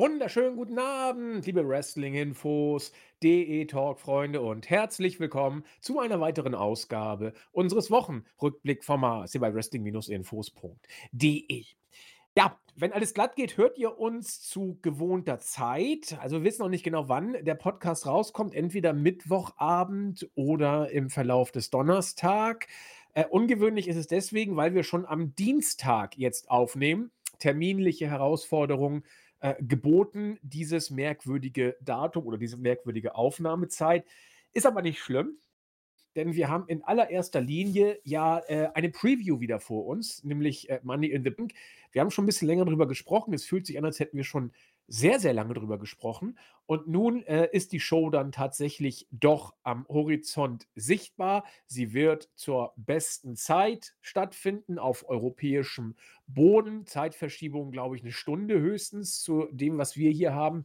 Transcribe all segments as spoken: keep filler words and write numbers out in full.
wunderschönen guten Abend, liebe Wrestling-Infos, D E-Talk-Freunde und herzlich willkommen zu einer weiteren Ausgabe unseres Wochenrückblick-Formats hier bei Wrestling-Infos punkt de. Ja, wenn alles glatt geht, hört ihr uns zu gewohnter Zeit. Also wir wissen noch nicht genau, wann der Podcast rauskommt, entweder Mittwochabend oder im Verlauf des Donnerstag. Äh, ungewöhnlich ist es deswegen, weil wir schon am Dienstag jetzt aufnehmen. Terminliche Herausforderungen äh, geboten, dieses merkwürdige Datum oder diese merkwürdige Aufnahmezeit. Ist aber nicht schlimm, denn wir haben in allererster Linie ja äh, eine Preview wieder vor uns, nämlich äh, Money in the Bank. Wir haben schon ein bisschen länger drüber gesprochen. Es fühlt sich an, als hätten wir schon sehr, sehr lange drüber gesprochen. Und nun äh, ist die Show dann tatsächlich doch am Horizont sichtbar. Sie wird zur besten Zeit stattfinden auf europäischem Boden. Zeitverschiebung, glaube ich, eine Stunde höchstens zu dem, was wir hier haben.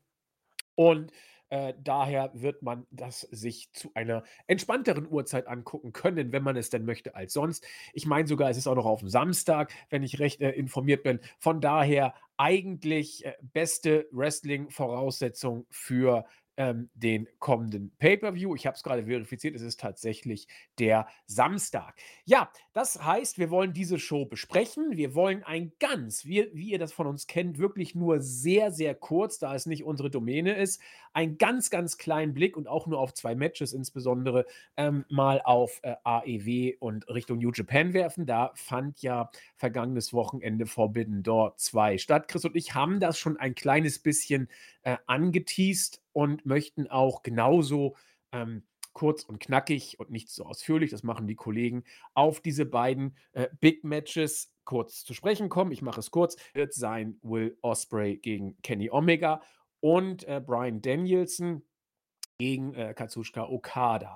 Und, äh, daher wird man das sich zu einer entspannteren Uhrzeit angucken können, wenn man es denn möchte, als sonst. Ich meine sogar, es ist auch noch auf auf'm Samstag, wenn ich recht, äh, informiert bin. Von daher eigentlich, äh, beste Wrestling-Voraussetzung für, ähm, den kommenden Pay-per-View. Ich habe es gerade verifiziert, es ist tatsächlich der Samstag. Ja, das heißt, wir wollen diese Show besprechen. Wir wollen ein ganz, wie wie ihr das von uns kennt, wirklich nur sehr, sehr kurz, da es nicht unsere Domäne ist, einen ganz, ganz kleinen Blick und auch nur auf zwei Matches insbesondere, ähm, mal auf, äh, A E W und Richtung New Japan werfen. Da fand ja vergangenes Wochenende Forbidden Door zwei statt. Chris und ich haben das schon ein kleines bisschen, äh, angeteast und möchten auch genauso, ähm, kurz und knackig und nicht so ausführlich, das machen die Kollegen, auf diese beiden äh, Big Matches kurz zu sprechen kommen. Ich mache es kurz. Wird sein Will Ospreay gegen Kenny Omega und äh, Bryan Danielson gegen äh, Kazuchika Okada.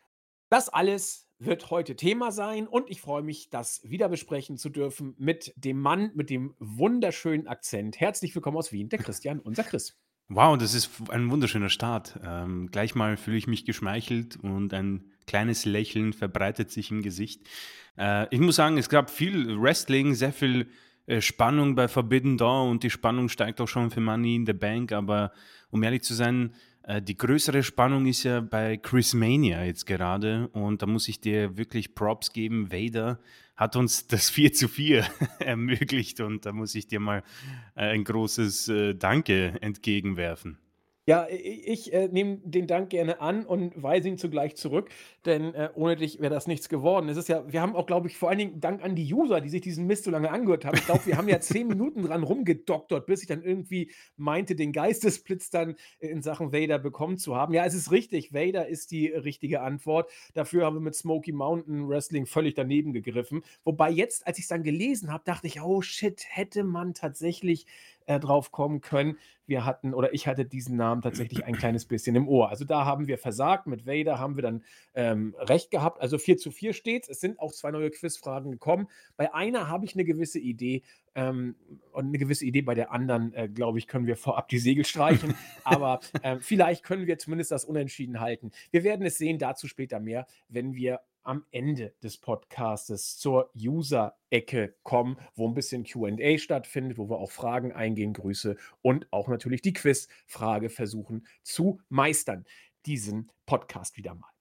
Das alles wird heute Thema sein und ich freue mich, das wieder besprechen zu dürfen mit dem Mann mit dem wunderschönen Akzent. Herzlich willkommen aus Wien, der Christian, unser Chris. Wow, das ist ein wunderschöner Start. Ähm, gleich mal fühle ich mich geschmeichelt und ein kleines Lächeln verbreitet sich im Gesicht. Äh, ich muss sagen, es gab viel Wrestling, sehr viel äh, Spannung bei Forbidden Door und die Spannung steigt auch schon für Money in the Bank. Aber um ehrlich zu sein, äh, die größere Spannung ist ja bei Chris Mania jetzt gerade und da muss ich dir wirklich Props geben. Vader hat uns das vier zu vier ermöglicht und da muss ich dir mal äh, ein großes äh, Danke entgegenwerfen. Ja, i ich, äh, nehme den Dank gerne an und weise ihn zugleich zurück, denn, äh, ohne dich wäre das nichts geworden. Es ist ja wir haben auch, glaube ich, vor allen Dingen Dank an die User, die sich diesen Mist so lange angehört haben. Ich glaube, wir haben ja zehn Minuten dran rumgedoktert, bis ich dann irgendwie meinte, den Geistesblitz dann in Sachen Vader bekommen zu haben. Ja, es ist richtig, Vader ist die richtige Antwort. Dafür haben wir mit Smoky Mountain Wrestling völlig daneben gegriffen. Wobei jetzt, als ich's dann gelesen habe, dachte ich: „Oh shit, hätte man tatsächlich, äh, drauf kommen können." Wir hatten oder ich hatte diesen Namen tatsächlich ein kleines bisschen im Ohr. Also, da haben wir versagt. Mit Vader haben wir dann, ähm, recht gehabt. Also, vier zu vier steht's. Es sind auch zwei neue Quizfragen gekommen. Bei einer habe ich eine gewisse Idee, ähm, und eine gewisse Idee bei der anderen, äh, glaube ich, können wir vorab die Segel streichen. Aber, ähm, vielleicht können wir zumindest das Unentschieden halten. Wir werden es sehen, dazu später mehr, wenn wir am Ende des Podcastes zur User-Ecke kommen, wo ein bisschen Q und A stattfindet, wo wir auf Fragen eingehen, Grüße und auch natürlich die Quizfrage versuchen zu meistern. Diesen Podcast wieder mal.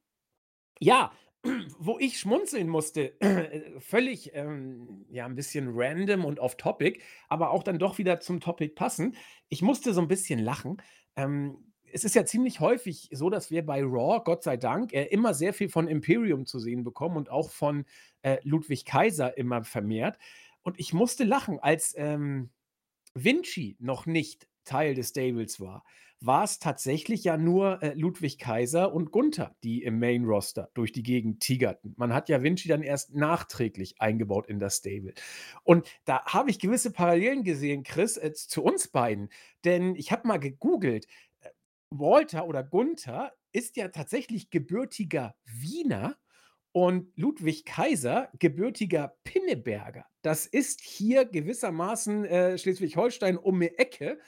Ja, wo ich schmunzeln musste, äh, völlig, ähm, ja, ein bisschen random und off topic, aber auch dann doch wieder zum Topic passen. Ich musste so ein bisschen lachen. Ähm, es ist ja ziemlich häufig so, dass wir bei Raw, Gott sei Dank, äh, immer sehr viel von Imperium zu sehen bekommen und auch von, äh, Ludwig Kaiser immer vermehrt. Und ich musste lachen, als, ähm Vinci noch nicht Teil des Stables war, war es tatsächlich ja nur, äh, Ludwig Kaiser und Gunther, die im Main Roster durch die Gegend tigerten. Man hat ja Vinci dann erst nachträglich eingebaut in das Stable. Und da habe ich gewisse Parallelen gesehen, Chris, äh, zu uns beiden. Denn ich habe mal gegoogelt, äh, Walter oder Gunther ist ja tatsächlich gebürtiger Wiener und Ludwig Kaiser, gebürtiger Pinneberger. Das ist hier gewissermaßen, äh, Schleswig-Holstein um die Ecke,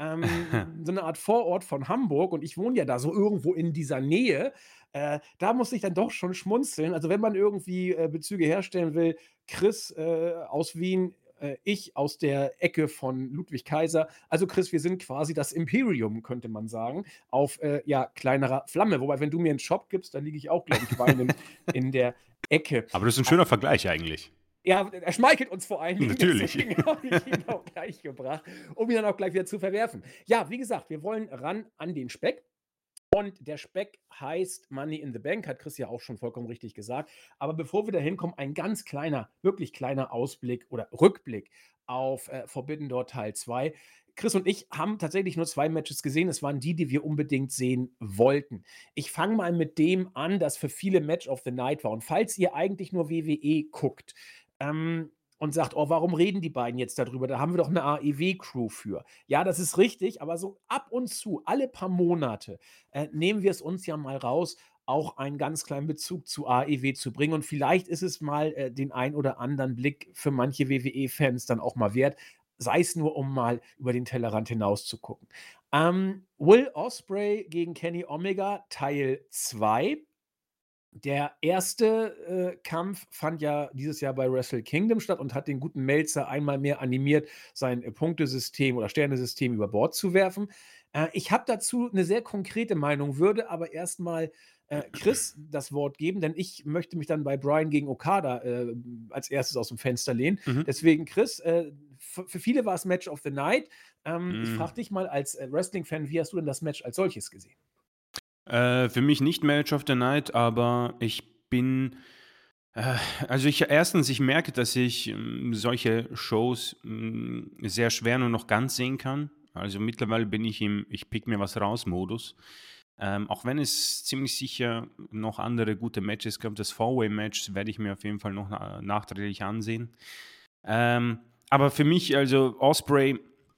ähm, so 'ne Art Vorort von Hamburg und ich wohne ja da so irgendwo in dieser Nähe. Äh, da musste ich dann doch schon schmunzeln. Also, wenn man irgendwie, äh, Bezüge herstellen will, Chris, äh, aus Wien äh, ich aus der Ecke von Ludwig Kaiser. Also Chris, wir sind quasi das Imperium, könnte man sagen, auf äh, ja, kleinerer Flamme. Wobei, wenn du mir einen Shop gibst, dann liege ich auch, glaube ich, weinend in der Ecke. Aber das ist ein schöner Vergleich eigentlich. Ja, er schmeichelt uns vor allen Dingen, Natürlich. deswegen habe ich ihn auch gleich gebracht, um ihn dann auch gleich wieder zu verwerfen. Ja, wie gesagt, wir wollen ran an den Speck. Und der Speck heißt Money in the Bank, hat Chris ja auch schon vollkommen richtig gesagt. Aber bevor wir da hinkommen, ein ganz kleiner, wirklich kleiner Ausblick oder Rückblick auf äh, Forbidden Door Teil zwei. Chris und ich haben tatsächlich nur zwei Matches gesehen. Es waren die, die wir unbedingt sehen wollten. Ich fange mal mit dem an, das für viele Match of the Night war. Und falls ihr eigentlich nur W W E guckt, ähm, und sagt: „Oh, warum reden die beiden jetzt darüber? Da haben wir doch eine A E W-Crew für." Ja, das ist richtig, aber so ab und zu, alle paar Monate, äh, nehmen wir es uns ja mal raus, auch einen ganz kleinen Bezug zu A E W zu bringen. Und vielleicht ist es mal äh, den ein oder anderen Blick für manche W W E-Fans dann auch mal wert, sei es nur, um mal über den Tellerrand hinaus zu gucken. Ähm, Will Ospreay gegen Kenny Omega Teil zwei. Der erste äh, Kampf fand ja dieses Jahr bei Wrestle Kingdom statt und hat den guten Meltzer einmal mehr animiert, sein äh, Punktesystem oder Sternesystem über Bord zu werfen. Äh, ich habe dazu eine sehr konkrete Meinung, würde aber erstmal äh, Chris das Wort geben, denn ich möchte mich dann bei Bryan gegen Okada äh, als erstes aus dem Fenster lehnen. Mhm. Deswegen, Chris, äh, f- für viele war es Match of the Night. Ähm, Ich Mm. frage dich mal als äh, Wrestling-Fan, wie hast du denn das Match als solches gesehen? Äh, für mich nicht Match of the Night, aber ich bin, äh, also ich erstens, ich merke, dass ich ähm, solche Shows ähm, sehr schwer nur noch ganz sehen kann. Also mittlerweile bin ich im Ich pick mir was raus Modus. Ähm, auch wenn es ziemlich sicher noch andere gute Matches gab, das Four-Way-Match werde ich mir auf jeden Fall noch na nachträglich ansehen. Ähm, aber für mich, also Osprey,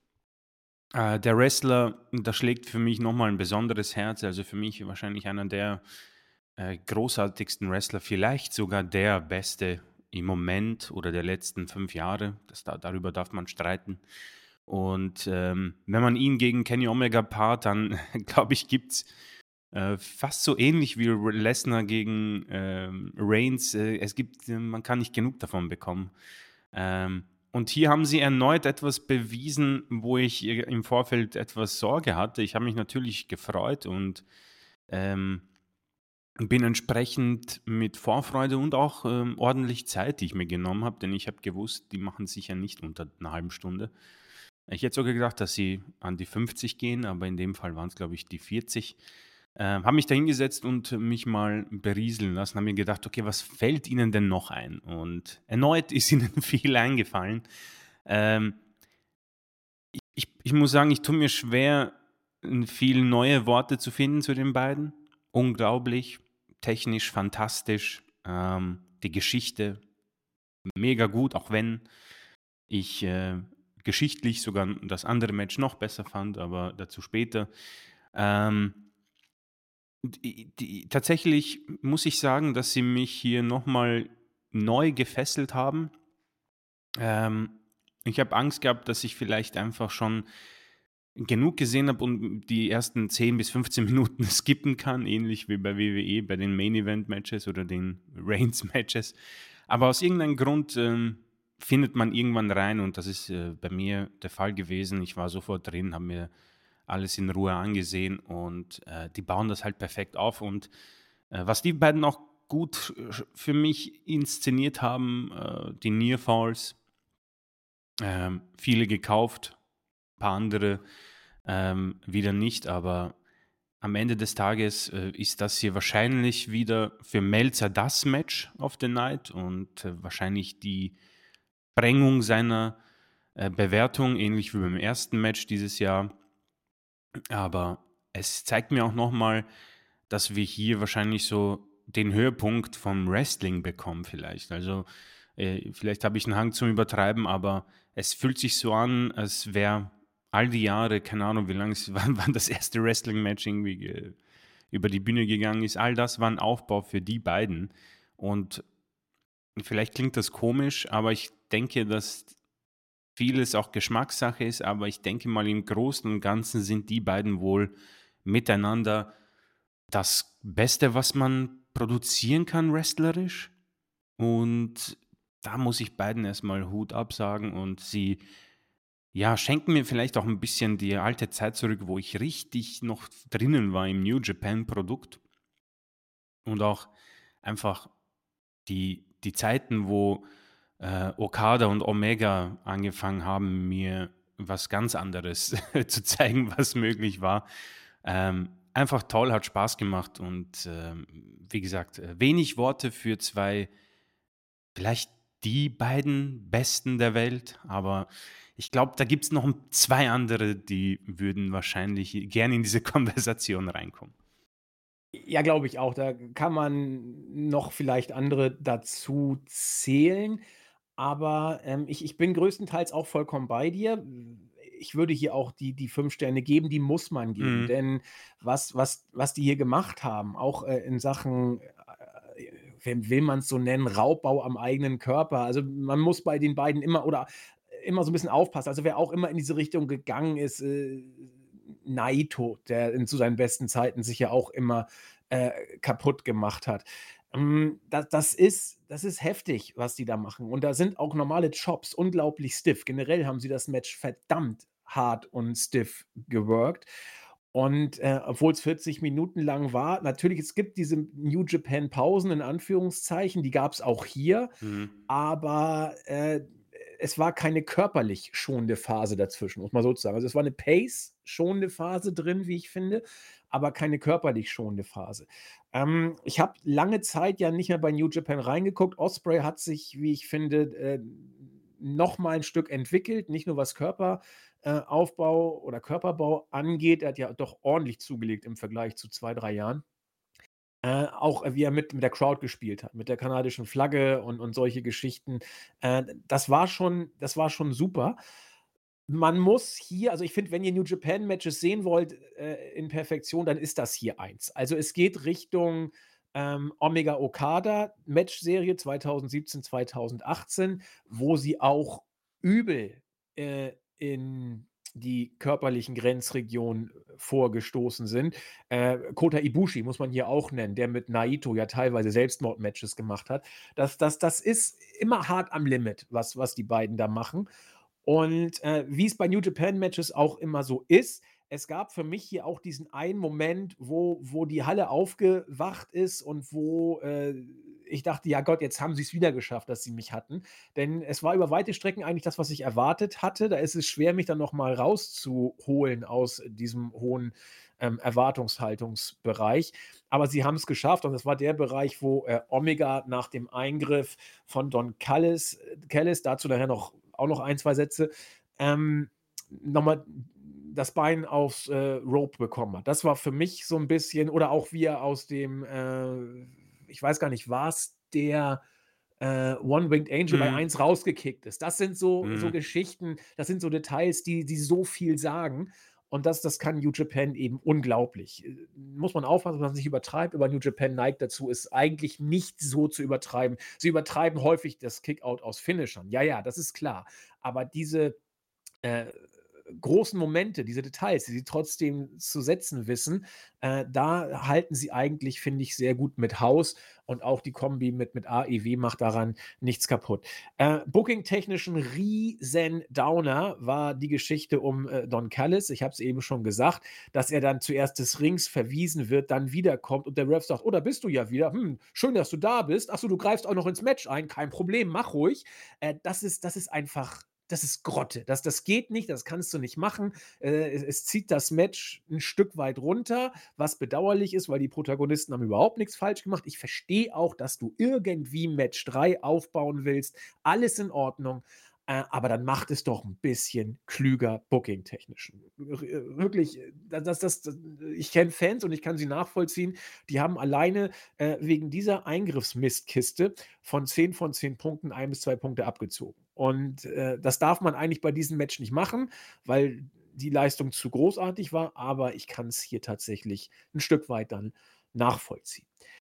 äh, der Wrestler, da schlägt für mich nochmal ein besonderes Herz. Also für mich wahrscheinlich einer der äh, großartigsten Wrestler, vielleicht sogar der beste im Moment oder der letzten fünf Jahre. Das, da, darüber darf man streiten. Und ähm, wenn man ihn gegen Kenny Omega paart, dann glaube ich, gibt es äh, fast so ähnlich wie Lesnar gegen ähm, Reigns. Äh, es gibt, äh, man kann nicht genug davon bekommen. Ähm, und hier haben sie erneut etwas bewiesen, wo ich äh, im Vorfeld etwas Sorge hatte. Ich habe mich natürlich gefreut und ähm, bin entsprechend mit Vorfreude und auch ähm, ordentlich Zeit, die ich mir genommen habe, denn ich habe gewusst, die machen es sicher nicht unter einer halben Stunde. Ich hätte sogar gedacht, dass sie an die fünfzig gehen, aber in dem Fall waren es, glaube ich, die vierzig. Ähm, habe mich da hingesetzt und mich mal berieseln lassen, habe mir gedacht, okay, was fällt ihnen denn noch ein? Und erneut ist ihnen viel eingefallen. Ähm, ich, ich muss sagen, ich tue mir schwer, n- viel neue Worte zu finden zu den beiden. Unglaublich, technisch fantastisch, ähm, die Geschichte mega gut, auch wenn ich äh, geschichtlich sogar das andere Match noch besser fand, aber dazu später. Ähm, die, die, tatsächlich muss ich sagen, dass sie mich hier nochmal neu gefesselt haben. Ähm, ich habe Angst gehabt, dass ich vielleicht einfach schon genug gesehen habe und die ersten zehn bis fünfzehn Minuten skippen kann, ähnlich wie bei W W E, bei den Main Event Matches oder den Reigns Matches. Aber aus irgendeinem Grund ähm, findet man irgendwann rein und das ist äh, bei mir der Fall gewesen. Ich war sofort drin, habe mir alles in Ruhe angesehen und äh, die bauen das halt perfekt auf. Und äh, was die beiden auch gut äh, für mich inszeniert haben, äh, die Near Falls, ähm, viele gekauft, ein paar andere ähm, wieder nicht, aber am Ende des Tages äh, ist das hier wahrscheinlich wieder für Melzer das Match of the Night und äh, wahrscheinlich die Prägung seiner äh, Bewertung, ähnlich wie beim ersten Match dieses Jahr. Aber es zeigt mir auch nochmal, dass wir hier wahrscheinlich so den Höhepunkt vom Wrestling bekommen vielleicht. Also äh, vielleicht habe ich einen Hang zum Übertreiben, aber es fühlt sich so an, als wäre all die Jahre, keine Ahnung, wie lange es wann, wann das erste Wrestling-Match irgendwie äh, über die Bühne gegangen ist. All das war ein Aufbau für die beiden. Und vielleicht klingt das komisch, aber ich denke, dass vieles auch Geschmackssache ist, aber ich denke mal, im Großen und Ganzen sind die beiden wohl miteinander das Beste, was man produzieren kann, wrestlerisch. Und da muss ich beiden erstmal Hut ab sagen und sie, ja, schenken mir vielleicht auch ein bisschen die alte Zeit zurück, wo ich richtig noch drinnen war im New Japan Produkt und auch einfach die die Zeiten, wo, äh, Okada und Omega angefangen haben, mir was ganz anderes zu zeigen, was möglich war. Ähm, einfach toll, hat Spaß gemacht und, ähm, wie gesagt, äh, wenig Worte für zwei vielleicht die beiden Besten der Welt, aber ich glaube, da gibt's noch 'n zwei andere, die würden wahrscheinlich gerne in diese Konversation reinkommen. Ja, glaube ich auch. Da kann man noch vielleicht andere dazu zählen, aber, ähm, ich ich bin größtenteils auch vollkommen bei dir. Ich würde hier auch die die fünf Sterne geben, die muss man geben, Mhm. denn was was was die hier gemacht haben, auch, äh, in Sachen, äh, will will man's so nennen, Raubbau am eigenen Körper. Also, man muss bei den beiden immer oder immer so 'n bisschen aufpassen. Also, wer auch immer in diese Richtung gegangen ist, äh, Naito, der in zu seinen besten Zeiten sich ja auch immer, äh, kaputt gemacht hat. Hm, da das ist das ist heftig, was die da machen. Und da sind auch normale Chops unglaublich stiff. Generell haben sie das Match verdammt hart und stiff geworkt. Und, äh, obwohl's vierzig Minuten lang war natürlich, es gibt diese New Japan Pausen in Anführungszeichen, die gab's auch hier, Mhm. aber, äh, es war keine körperlich schonende Phase dazwischen, muss man so sagen. Also, es war 'ne Pace-schonende Phase drin, wie ich finde, aber keine körperlich schonende Phase. Ähm, ich habe lange Zeit ja nicht mehr bei New Japan reingeguckt. Ospreay hat sich, wie ich finde, äh, noch mal 'n Stück entwickelt, nicht nur was Körper äh, Aufbau oder Körperbau angeht. Er hat ja doch ordentlich zugelegt im Vergleich zu zwei, drei Jahren. Äh, auch wie er mit mit der Crowd gespielt hat, mit der kanadischen Flagge und und solche Geschichten. Äh, das war schon das war schon super. Man muss hier also, ich finde, wenn ihr New Japan Matches sehen wollt, äh, in Perfektion, dann ist das hier eins. Also, es geht Richtung, ähm, Omega Okada Matchserie zweitausendsiebzehn, zweitausendachtzehn, wo sie auch übel, äh, in die körperlichen Grenzregionen vorgestoßen sind. Äh, Kota Ibushi muss man hier auch nennen, der mit Naito ja teilweise Selbstmord-Matches gemacht hat. Das das das ist immer hart am Limit, was was die beiden da machen. Und, äh, wie's bei New Japan Matches auch immer so ist, es gab für mich hier auch diesen einen Moment, wo wo die Halle aufgewacht ist und wo, äh, ich dachte: „Ja Gott, jetzt haben sie's wieder geschafft, dass sie mich hatten.“ Denn es war über weite Strecken eigentlich das, was ich erwartet hatte. Da ist es schwer, mich dann noch mal rauszuholen aus diesem hohen, ähm, Erwartungshaltungsbereich. Aber sie haben's geschafft und das war der Bereich, wo, äh, Omega nach dem Eingriff von Don Callis Callis, dazu nachher noch auch noch ein, zwei Sätze, ähm, noch mal das Bein aufs, äh, Rope bekommen hat. Das war für mich so 'n bisschen oder auch wie er aus dem, äh, ich weiß gar nicht, war's der, äh, One-Winged Angel bei Mhm. eins rausgekickt ist. Das sind so so Mhm. Geschichten, das sind so Details, die die so viel sagen. Und das das kann New Japan eben unglaublich. Äh, muss man aufpassen, dass man's nicht übertreibt, aber New Japan neigt dazu, es eigentlich nicht so zu übertreiben. Sie übertreiben häufig das Kickout aus Finishern. Ja, ja, das ist klar. Aber diese, äh, großen Momente, diese Details, die sie trotzdem zu setzen wissen, äh, da halten sie eigentlich, finde ich, sehr gut mit Haus und auch die Kombi mit mit A E W macht daran nichts kaputt. Äh, booking-technisch 'n riesen Downer war die Geschichte um, äh, Don Callis. Ich habe es eben schon gesagt, dass er dann zuerst des Rings verwiesen wird, dann wiederkommt und der Ref sagt: „Oh, da bist du ja wieder. Hm, schön, dass du da bist. Ach so, du greifst auch noch ins Match ein. Kein Problem, mach ruhig.“ Äh, das ist das ist einfach das ist Grotte. Das das geht nicht, das kannst du nicht machen. Äh, es es zieht das Match 'n Stück weit runter, was bedauerlich ist, weil die Protagonisten haben überhaupt nix falsch gemacht. Ich verstehe auch, dass du irgendwie Match drei aufbauen willst. Alles in Ordnung, äh, aber dann macht es doch 'n bisschen klüger booking-technisch. R äh, wirklich, da das das ich kenne Fans und ich kann sie nachvollziehen, die haben alleine, äh, wegen dieser Eingriffsmistkiste von zehn von zehn Punkten ein bis zwei Punkte abgezogen. Und, äh, das darf man eigentlich bei diesem Match nicht machen, weil die Leistung zu großartig war, aber ich kann's hier tatsächlich 'n Stück weit dann nachvollziehen.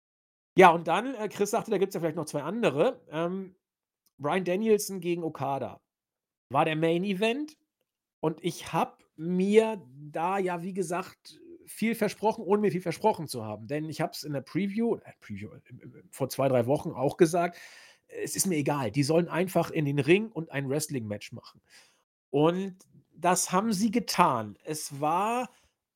Ja, und dann, äh, Chris sagte, da gibt's ja vielleicht noch zwei andere. Ähm, Bryan Danielson gegen Okada war der Main Event und ich habe mir da ja, wie gesagt, viel versprochen, ohne mir viel versprochen zu haben. Denn ich habe es in der Preview äh, Preview, im im im vor zwei, drei Wochen auch gesagt, es ist mir egal. Die sollen einfach in den Ring und ein Wrestling-Match machen. Und das haben sie getan. Es war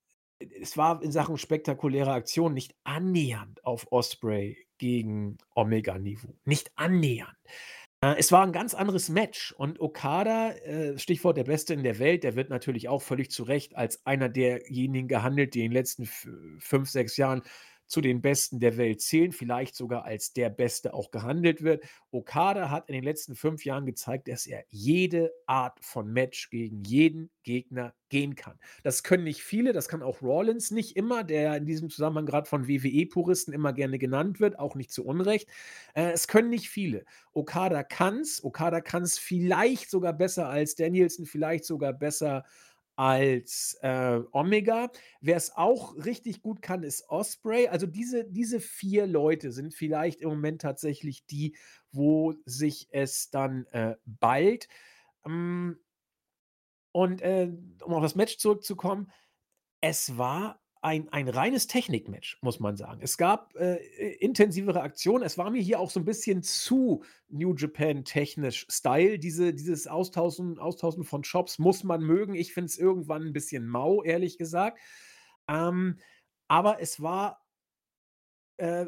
es war in Sachen spektakulärer Aktion nicht annähernd auf Osprey gegen Omega-Niveau. Nicht annähernd. Äh, es war 'n ganz anderes Match und Okada, äh, Stichwort der Beste in der Welt, der wird natürlich auch völlig zu Recht als einer derjenigen gehandelt, die in den letzten f fünf, sechs Jahren zu den Besten der Welt zählen, vielleicht sogar als der Beste auch gehandelt wird. Okada hat in den letzten fünf Jahren gezeigt, dass er jede Art von Match gegen jeden Gegner gehen kann. Das können nicht viele, das kann auch Rollins nicht immer, der in diesem Zusammenhang grad von W W E-Puristen immer gerne genannt wird, auch nicht zu Unrecht. Äh, es können nicht viele. Okada kann's. Okada kann's vielleicht sogar besser als Danielson, vielleicht sogar besser als, äh, Omega. Wer's auch richtig gut kann, ist Osprey. Also, diese diese vier Leute sind vielleicht im Moment tatsächlich die, wo sich es dann, äh, ballt. Hm und, äh, um auf das Match zurückzukommen, es war ein ein reines Technikmatch, muss man sagen. Es gab, äh, i intensivere Aktionen. Es war mir hier auch so 'n bisschen zu New Japan technisch Style. Diese dieses Austauschen Austauschen von Chops muss man mögen. Ich finde es irgendwann 'n bisschen mau, ehrlich gesagt. Ähm, aber es war äh,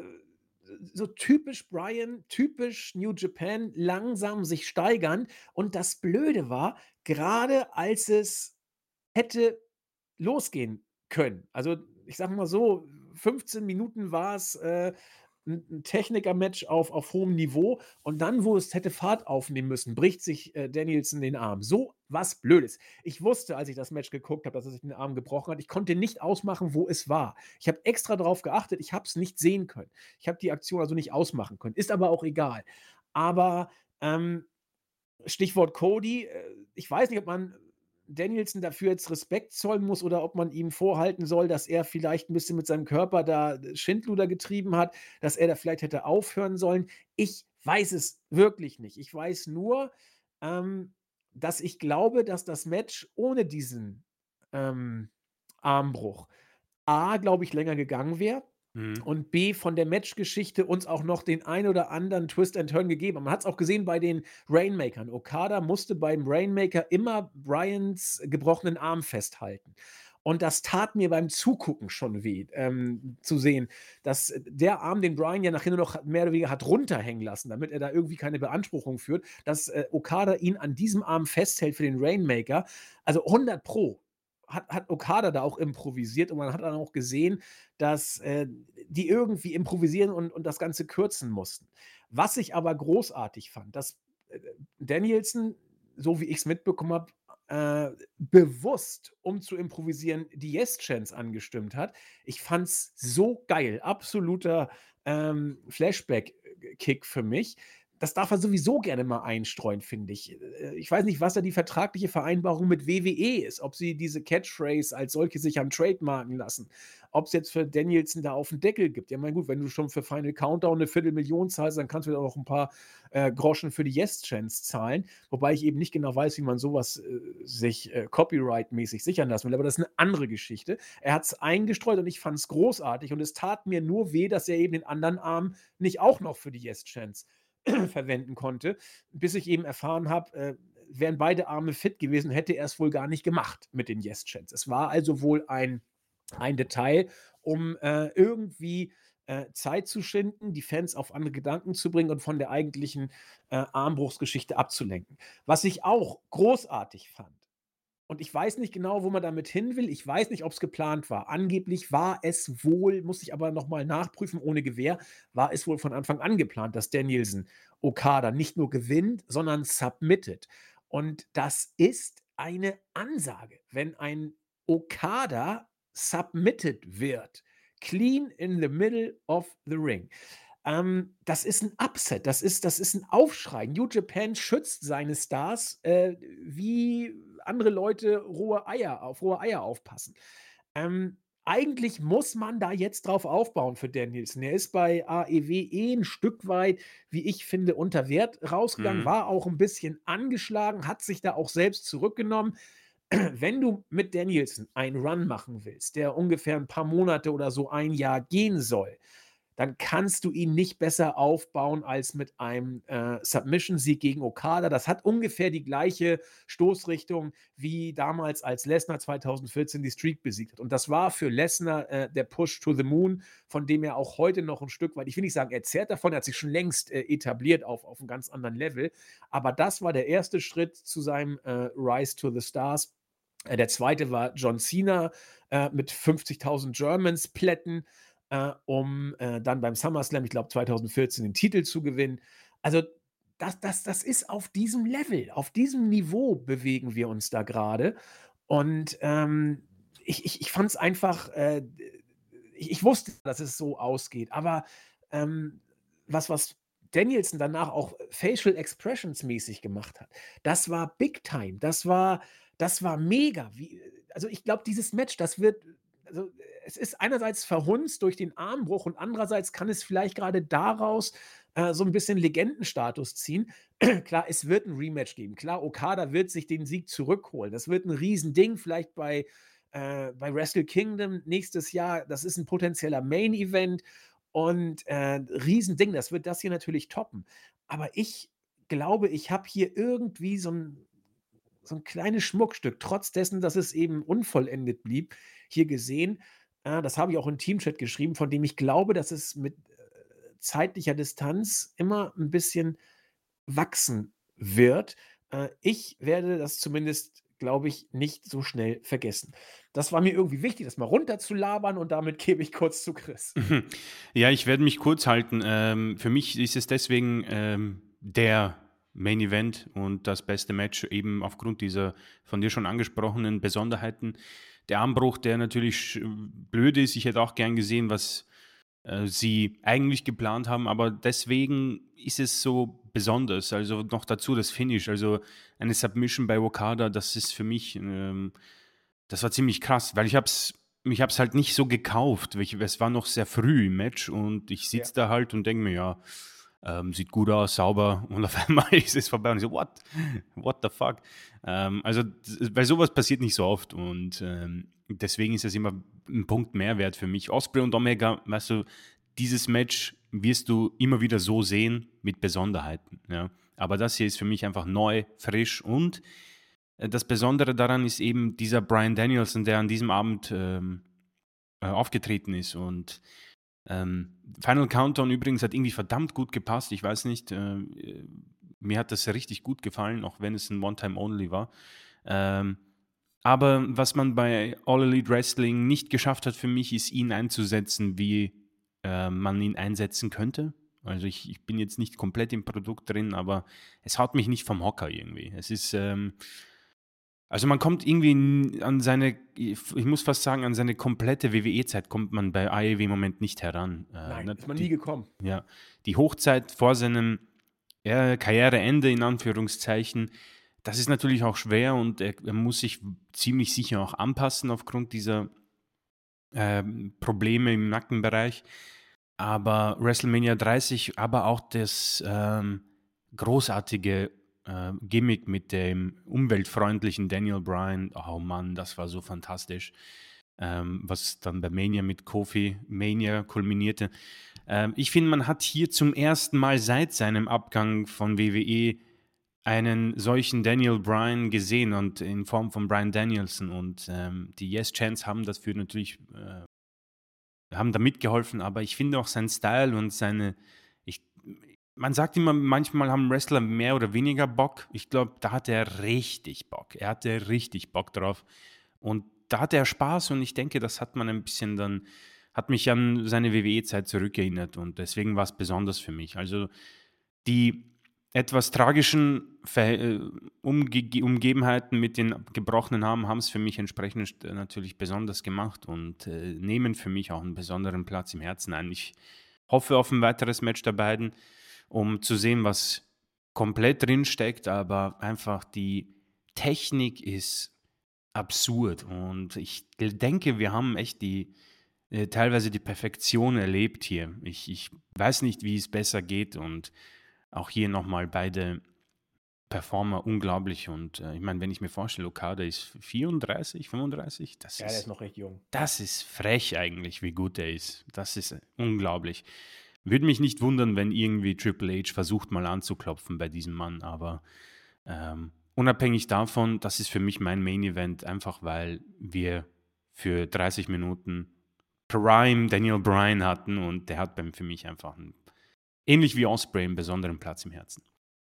so typisch Bryan, typisch New Japan, langsam sich steigern. Und das Blöde war, grade als es hätte losgehen können. Also, ich sage mal so, fünfzehn Minuten war's, äh, 'n 'n Techniker-Match auf auf hohem Niveau und dann, wo es hätte Fahrt aufnehmen müssen, bricht sich, äh, Danielson den Arm. So was Blödes. Ich wusste, als ich das Match geguckt habe, dass er sich den Arm gebrochen hat. Ich konnte nicht ausmachen, wo es war. Ich habe extra drauf geachtet, ich habe es nicht sehen können. Ich habe die Aktion also nicht ausmachen können. Ist aber auch egal. Aber, ähm, Stichwort Cody, äh, ich weiß nicht, ob man Danielson dafür jetzt Respekt zollen muss oder ob man ihm vorhalten soll, dass er vielleicht 'n bisschen mit seinem Körper da Schindluder getrieben hat, dass er da vielleicht hätte aufhören sollen. Ich weiß es wirklich nicht. Ich weiß nur, ähm, dass ich glaube, dass das Match ohne diesen, ähm, Armbruch A, glaube ich, länger gegangen wäre Mhm. und B, von der Matchgeschichte uns auch noch den ein oder anderen Twist and Turn gegeben hat. Man hat's auch gesehen bei den Rainmakern. Okada musste beim Rainmaker immer Bryans gebrochenen Arm festhalten. Und das tat mir beim Zugucken schon weh, ähm, zu sehen, dass der Arm, den Bryan ja nachher nur noch mehr oder weniger hat runterhängen lassen, damit er da irgendwie keine Beanspruchung führt, dass, äh, Okada ihn an diesem Arm festhält für den Rainmaker. Also, hundert Pro hat hat Okada da auch improvisiert und man hat dann auch gesehen, dass, äh, die irgendwie improvisieren und und das Ganze kürzen mussten. Was ich aber großartig fand, dass, äh, Danielson, so wie ich's mitbekommen habe, äh, bewusst, um zu improvisieren, die Yes-Chants angestimmt hat. Ich fand's so geil. Absoluter, ähm, Flashback-Kick für mich. Das darf er sowieso gerne mal einstreuen, finde ich. Äh, ich weiß nicht, was da die vertragliche Vereinbarung mit W W E ist, ob sie diese Catchphrase als solche sich haben trademarken lassen, ob's jetzt für Danielson da auf 'n Deckel gibt. Ja, meine gut, wenn du schon für Final Countdown 'ne Viertelmillion zahlst, dann kannst du dir auch 'n paar, äh, Groschen für die Yes-Chants zahlen. Wobei ich eben nicht genau weiß, wie man so was, äh, sich, äh, copyright-mäßig sichern lassen will, aber das ist 'ne andere Geschichte. Er hat's eingestreut und ich fand's großartig und es tat mir nur weh, dass er eben den anderen Arm nicht auch noch für die Yes-Chants verwenden konnte, bis ich eben erfahren habe, äh, wären beide Arme fit gewesen, hätte er's wohl gar nicht gemacht mit den Yes-Chants. Es war also wohl ein ein Detail, um, äh, irgendwie, äh, Zeit zu schinden, die Fans auf andere Gedanken zu bringen und von der eigentlichen, äh, Armbruchsgeschichte abzulenken. Was ich auch großartig fand und ich weiß nicht genau, wo man damit hin will. Ich weiß nicht, ob's geplant war. Angeblich war es wohl, muss ich aber noch mal nachprüfen ohne Gewähr, war es wohl von Anfang an geplant, dass Danielson Okada nicht nur gewinnt, sondern submitted. Und das ist eine Ansage, wenn ein Okada submitted wird. Clean in the middle of the ring. Ähm, das ist 'n Upset. Das ist das ist 'n Aufschrei. New Japan schützt seine Stars, äh, wie andere Leute rohe Eier auf rohe Eier aufpassen. Ähm, eigentlich muss man da jetzt drauf aufbauen für Danielson. Er ist bei A E W eh 'n Stück weit, wie ich finde, unter Wert rausgegangen, Mhm. war auch 'n bisschen angeschlagen, hat sich da auch selbst zurückgenommen. Wenn du mit Danielson einen Run machen willst, der ungefähr 'n paar Monate oder so ein Jahr gehen soll, dann kannst du ihn nicht besser aufbauen als mit einem, äh, Submission-Sieg gegen Okada. Das hat ungefähr die gleiche Stoßrichtung wie damals, als Lesnar zweitausendvierzehn die Streak besiegt hat. Und das war für Lesnar, äh, der Push to the Moon, von dem er auch heute noch ein Stück weit, ich will nicht sagen, er zehrt davon, er hat sich schon längst, äh, etabliert auf auf 'nem ganz anderen Level. Aber das war der erste Schritt zu seinem, äh, Rise to the Stars. Äh, der zweite war John Cena, äh, mit fünfzigtausend Germans-Plätten, äh, um, äh, dann beim SummerSlam, ich glaube zweitausendvierzehn, den Titel zu gewinnen. Also, das das das ist auf diesem Level, auf diesem Niveau bewegen wir uns da gerade. Und, ähm, ich ich ich fand es einfach, äh, ich ich wusste, dass es so ausgeht, aber, ähm, was was Danielson danach auch Facial Expressions mäßig gemacht hat, das war Big Time. Das war das war mega. Wie also, ich glaube, dieses Match, das wird also, es ist einerseits verhunzt durch den Armbruch und andererseits kann es vielleicht gerade daraus, äh, so ein bisschen Legendenstatus ziehen. Klar, es wird ein Rematch geben. Klar, Okada wird sich den Sieg zurückholen. Das wird ein Riesending, vielleicht bei äh, bei Wrestle Kingdom nächstes Jahr. Das ist ein potenzieller Main Event und, äh, Riesending. Das wird das hier natürlich toppen. Aber ich glaube, ich habe hier irgendwie so ein so 'n kleines Schmuckstück, trotz dessen, dass es eben unvollendet blieb, hier gesehen. Äh, das habe ich auch im Teamchat geschrieben, von dem ich glaube, dass es mit, äh, zeitlicher Distanz immer 'n bisschen wachsen wird. Äh, ich werde das zumindest, glaube ich, nicht so schnell vergessen. Das war mir irgendwie wichtig, das mal runterzulabern und damit gebe ich kurz zu Chris. Mhm. Ja, ich werde mich kurz halten. Ähm, für mich ist es deswegen ähm, der Main Event und das beste Match eben aufgrund dieser von dir schon angesprochenen Besonderheiten. Der Armbruch, der natürlich sch- blöd ist. Ich hätte auch gern gesehen, was äh, sie eigentlich geplant haben, aber deswegen ist es so besonders. Also noch dazu das Finish, also eine Submission bei Okada, das ist für mich, ähm, das war ziemlich krass, weil ich hab's, ich hab's halt nicht so gekauft. weil Ich, es war noch sehr früh im Match und ich Ja. sitze da halt und denke mir, ja, ähm, sieht gut aus, sauber und auf einmal ist es vorbei und ich so, what? What the fuck? Ähm, also, d- weil sowas passiert nicht so oft und ähm, deswegen ist es immer ein Punkt Mehrwert für mich. Osprey und Omega, weißt du, dieses Match wirst du immer wieder so sehen mit Besonderheiten. Ja. Aber das hier ist für mich einfach neu, frisch und äh, das Besondere daran ist eben dieser Brian Danielson, der an diesem Abend ähm, äh, aufgetreten ist und ähm, Final Countdown übrigens hat irgendwie verdammt gut gepasst. Ich weiß nicht, äh, mir hat das richtig gut gefallen, auch wenn es ein One-Time-Only war. Ähm, aber was man bei All Elite Wrestling nicht geschafft hat für mich, ist ihn einzusetzen, wie äh, man ihn einsetzen könnte. Also ich, ich bin jetzt nicht komplett im Produkt drin, aber es haut mich nicht vom Hocker irgendwie. Es ist, ähm, also man kommt irgendwie n- an seine, ich muss fast sagen, an seine komplette W W E-Zeit kommt man bei A E W im Moment nicht heran. Äh, Nein, ne, ist man nie die, gekommen. ja, die Hochzeit vor seinem äh, Karriereende in Anführungszeichen, das ist natürlich auch schwer und er, er muss sich ziemlich sicher auch anpassen aufgrund dieser ähm, Probleme im Nackenbereich. Aber WrestleMania dreißig, aber auch das ähm, großartige äh, Gimmick mit dem umweltfreundlichen Daniel Bryan, oh Mann, das war so fantastisch. Ähm, was dann bei Mania mit Kofi Mania kulminierte. Ähm, ich finde, man hat hier zum ersten Mal seit seinem Abgang von W W E einen solchen Daniel Bryan gesehen und in Form von Bryan Danielson und ähm, die Yes Chants haben dafür natürlich äh, haben da mitgeholfen, aber ich finde auch sein Style und seine ich man sagt immer, manchmal haben Wrestler mehr oder weniger Bock. Ich glaube, da hatte er richtig Bock. Er hatte richtig Bock drauf und da hatte er Spaß und ich denke, das hat man ein bisschen dann hat mich an seine W W E-Zeit zurückerinnert und deswegen war es besonders für mich. Also, die etwas tragischen Verhäl äh, Umge Umgebenheiten mit den gebrochenen Armen haben es für mich entsprechend äh, natürlich besonders gemacht und, äh, nehmen für mich auch einen besonderen Platz im Herzen ein. Ich hoffe auf ein weiteres Match der beiden, um zu sehen, was komplett drin steckt, aber einfach die Technik ist absurd und ich denke, wir haben echt die äh, teilweise die Perfektion erlebt hier. Ich ich weiß nicht, wie es besser geht und auch hier nochmal beide Performer unglaublich und äh, ich meine, wenn ich mir vorstelle, Okada ist vierunddreißig, fünfunddreißig, das Ja, der ist ist, noch recht jung. das ist frech eigentlich, wie gut er ist. Das ist äh, unglaublich. Würde mich nicht wundern, wenn irgendwie Triple H versucht, mal anzuklopfen bei diesem Mann, aber ähm, unabhängig davon, das ist für mich mein Main Event, einfach weil wir für dreißig Minuten Prime Daniel Bryan hatten und der hat beim, für mich einfach einen, ähnlich wie Osprey, einen besonderen Platz im Herzen.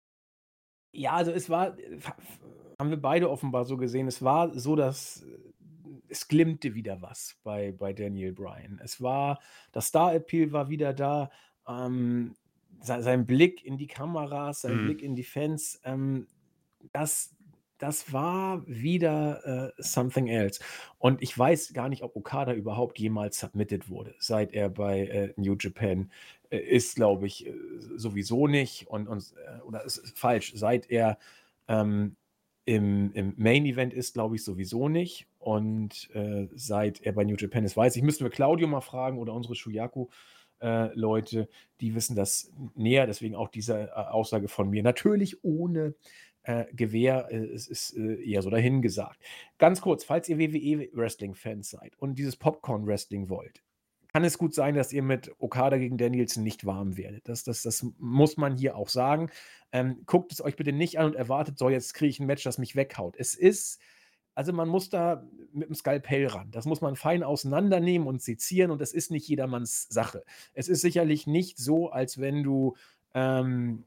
Ja, also es war, äh, fa- f- haben wir beide offenbar so gesehen, es war so, dass äh, es glimmte wieder was bei, bei Daniel Bryan. Es war, das Star-Appeal war wieder da, ähm, sein, sein Blick in die Kameras, sein Mhm. Blick in die Fans, ähm, das, das war wieder äh, something else. Und ich weiß gar nicht, ob Okada überhaupt jemals submitted wurde, seit er bei äh, New Japan äh, ist, glaube ich, äh, sowieso nicht. Und, und äh, oder ist ist falsch, seit er ähm, im, im Main Event ist, glaube ich, sowieso nicht. Und äh, seit er bei New Japan ist, weiß ich, müssten wir Claudio mal fragen oder unsere Shuyaku. Äh, Leute, die wissen das näher, deswegen auch diese äh, Aussage von mir. Natürlich ohne äh, Gewehr, äh, es ist äh, eher so dahingesagt. Ganz kurz, falls ihr W W E-Wrestling-Fans seid und dieses Popcorn-Wrestling wollt, kann es gut sein, dass ihr mit Okada gegen Danielson nicht warm werdet. Das, das, das muss man hier auch sagen. Ähm, guckt es euch bitte nicht an und erwartet, so jetzt kriege ich ein Match, das mich weghaut. Es ist, also man muss da mit dem Skalpell ran. Das muss man fein auseinandernehmen und sezieren und das ist nicht jedermanns Sache. Es ist sicherlich nicht so, als wenn du ähm,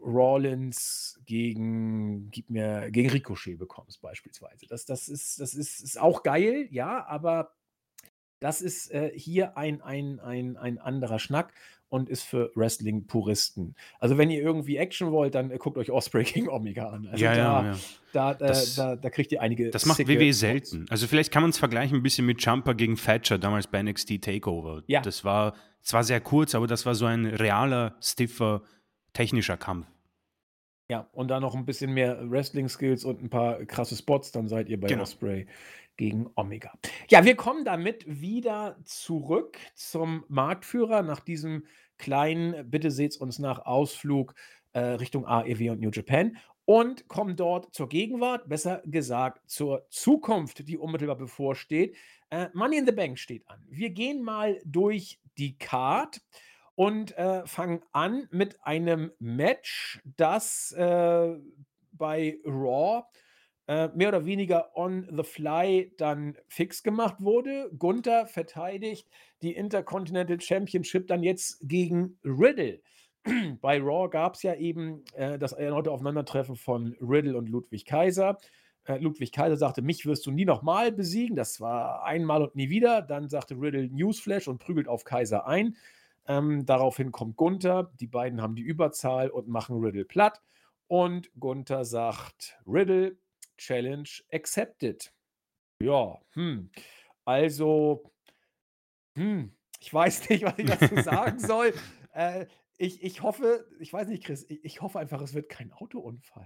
Rollins gegen, gib mir, gegen Ricochet bekommst, beispielsweise. Das, das, ist, das ist, ist auch geil, ja, aber das ist äh, hier ein, ein, ein, ein anderer Schnack und ist für Wrestling-Puristen. Also, wenn ihr irgendwie Action wollt, dann äh, guckt euch Osprey gegen Omega an. Also, Ja, ja, da, ja. da, äh, Das, da, da kriegt ihr einige das macht sicke W W E Spots. selten. Also vielleicht kann man es vergleichen ein bisschen mit Ciampa gegen Thatcher damals bei N X T Takeover. Ja, Das war zwar sehr kurz, aber das war so ein realer, stiffer, technischer Kampf. ja. Und dann noch ein bisschen mehr Wrestling-Skills und ein paar krasse Spots, dann seid ihr bei Genau. Osprey gegen Omega. Ja, wir kommen damit wieder zurück zum Marktführer nach diesem kleinen, bitte seht's uns nach, Ausflug äh, Richtung A E W und New Japan und kommen dort zur Gegenwart, besser gesagt zur Zukunft, die unmittelbar bevorsteht. Äh, Money in the Bank steht an. Wir gehen mal durch die Card und äh, fangen an mit einem Match, das äh, bei Raw äh, mehr oder weniger on the fly dann fix gemacht wurde. Gunther verteidigt die Intercontinental Championship dann jetzt gegen Riddle. Bei Raw gab es ja eben äh, das erneute Aufeinandertreffen von Riddle und Ludwig Kaiser. Äh, Ludwig Kaiser sagte, mich wirst du nie nochmal besiegen. Das war einmal und nie wieder. Dann sagte Riddle Newsflash und prügelt auf Kaiser ein. Ähm, daraufhin kommt Gunther. Die beiden haben die Überzahl und machen Riddle platt. Und Gunther sagt, Riddle, Challenge accepted. Ja, hm. Also, hm, ich weiß nicht, was ich dazu sagen soll. Äh, ich, ich hoffe, ich weiß nicht, Chris, ich, ich hoffe einfach, es wird kein Autounfall.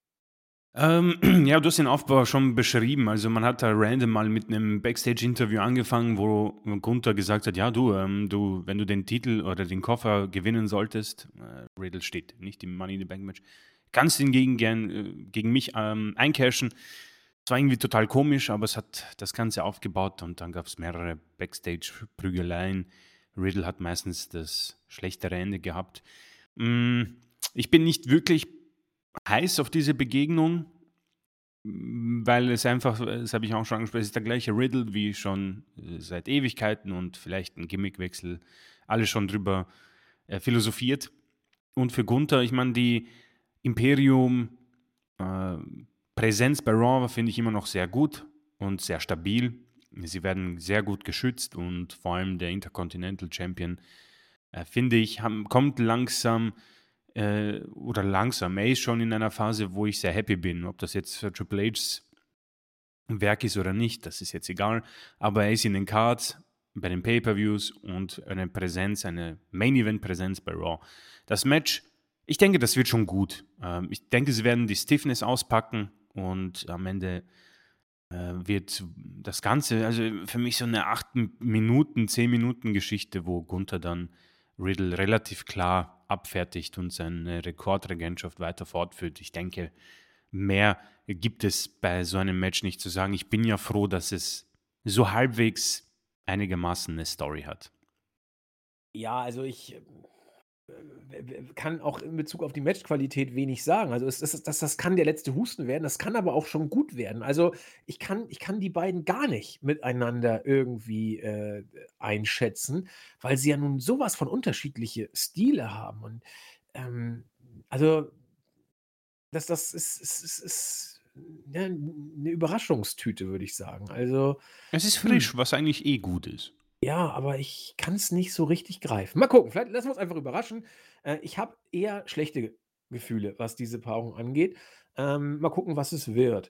Ähm, ja, du hast den Aufbau schon beschrieben. Also man hat da random mal mit einem Backstage-Interview angefangen, wo Gunther gesagt hat, ja du, ähm, du, wenn du den Titel oder den Koffer gewinnen solltest, äh, Riddle steht nicht im Money in the Bank Match, kannst du ihn gegen, gern, äh, gegen mich ähm, eincashen. Es war irgendwie total komisch, aber es hat das Ganze aufgebaut und dann gab es mehrere Backstage-Prügeleien. Riddle hat meistens das schlechtere Ende gehabt. Mm, Ich bin nicht wirklich heiß auf diese Begegnung, weil es einfach, das habe ich auch schon angesprochen, es ist der gleiche Riddle wie schon äh, seit Ewigkeiten und vielleicht ein Gimmickwechsel, alle schon drüber äh, philosophiert. Und für Gunther, ich meine, die Imperium äh, Präsenz bei Raw finde ich immer noch sehr gut und sehr stabil. Sie werden sehr gut geschützt und vor allem der Intercontinental Champion, äh, finde ich, haben, kommt langsam äh, oder langsam. Er ist schon in einer Phase, wo ich sehr happy bin. Ob das jetzt für Triple H's Werk ist oder nicht, das ist jetzt egal. Aber er ist in den Cards, bei den Pay-Per-Views und eine Präsenz, eine Main-Event-Präsenz bei Raw. Das Match, ich denke, das wird schon gut. Ähm, ich denke, sie werden die Stiffness auspacken und am Ende äh, wird das Ganze, also für mich so eine acht Minuten, zehn Minuten Geschichte, wo Gunther dann Riddle relativ klar abfertigt und seine Rekordregentschaft weiter fortführt. Ich denke, mehr gibt es bei so einem Match nicht zu sagen. Ich bin ja froh, dass es so halbwegs einigermaßen eine Story hat. Ja, also ich äh, kann auch in Bezug auf die Matchqualität wenig sagen. Also, es es das das kann der letzte Husten werden, das kann aber auch schon gut werden. Also, ich kann ich kann die beiden gar nicht miteinander irgendwie, äh, einschätzen, weil sie ja nun so was von unterschiedliche Stile haben und, ähm, also, das das ist ist ist ist, ja, 'ne Überraschungstüte, würde ich sagen. Also, Es ist hm. frisch, was eigentlich eh gut ist. Ja, aber ich kann's nicht so richtig greifen. Mal gucken, vielleicht lassen wir uns einfach überraschen. Äh, ich habe eher schlechte Ge Gefühle, was diese Paarung angeht. Ähm, mal gucken, was es wird.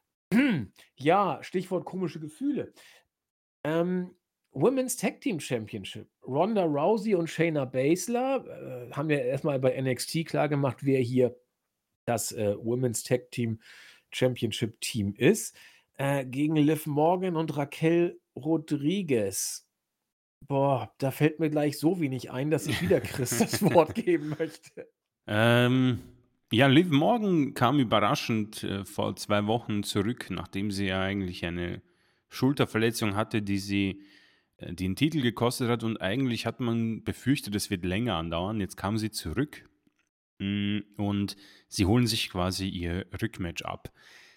Ja, Stichwort komische Gefühle. Ähm, Women's Tag Team Championship. Ronda Rousey und Shayna Baszler, äh, haben ja erst mal bei N X T klargemacht, wer hier das, äh, Women's Tag Team Championship Team ist, äh, gegen Liv Morgan und Raquel Rodriguez. Boah, da fällt mir gleich so wenig ein, dass ich wieder Chris das Wort geben möchte. Ähm, ja, Liv Morgan kam überraschend äh, vor zwei Wochen zurück, nachdem sie ja eigentlich eine Schulterverletzung hatte, die sie äh, den Titel gekostet hat und eigentlich hat man befürchtet, es wird länger andauern. Jetzt kam sie zurück mm, und sie holen sich quasi ihr Rückmatch ab.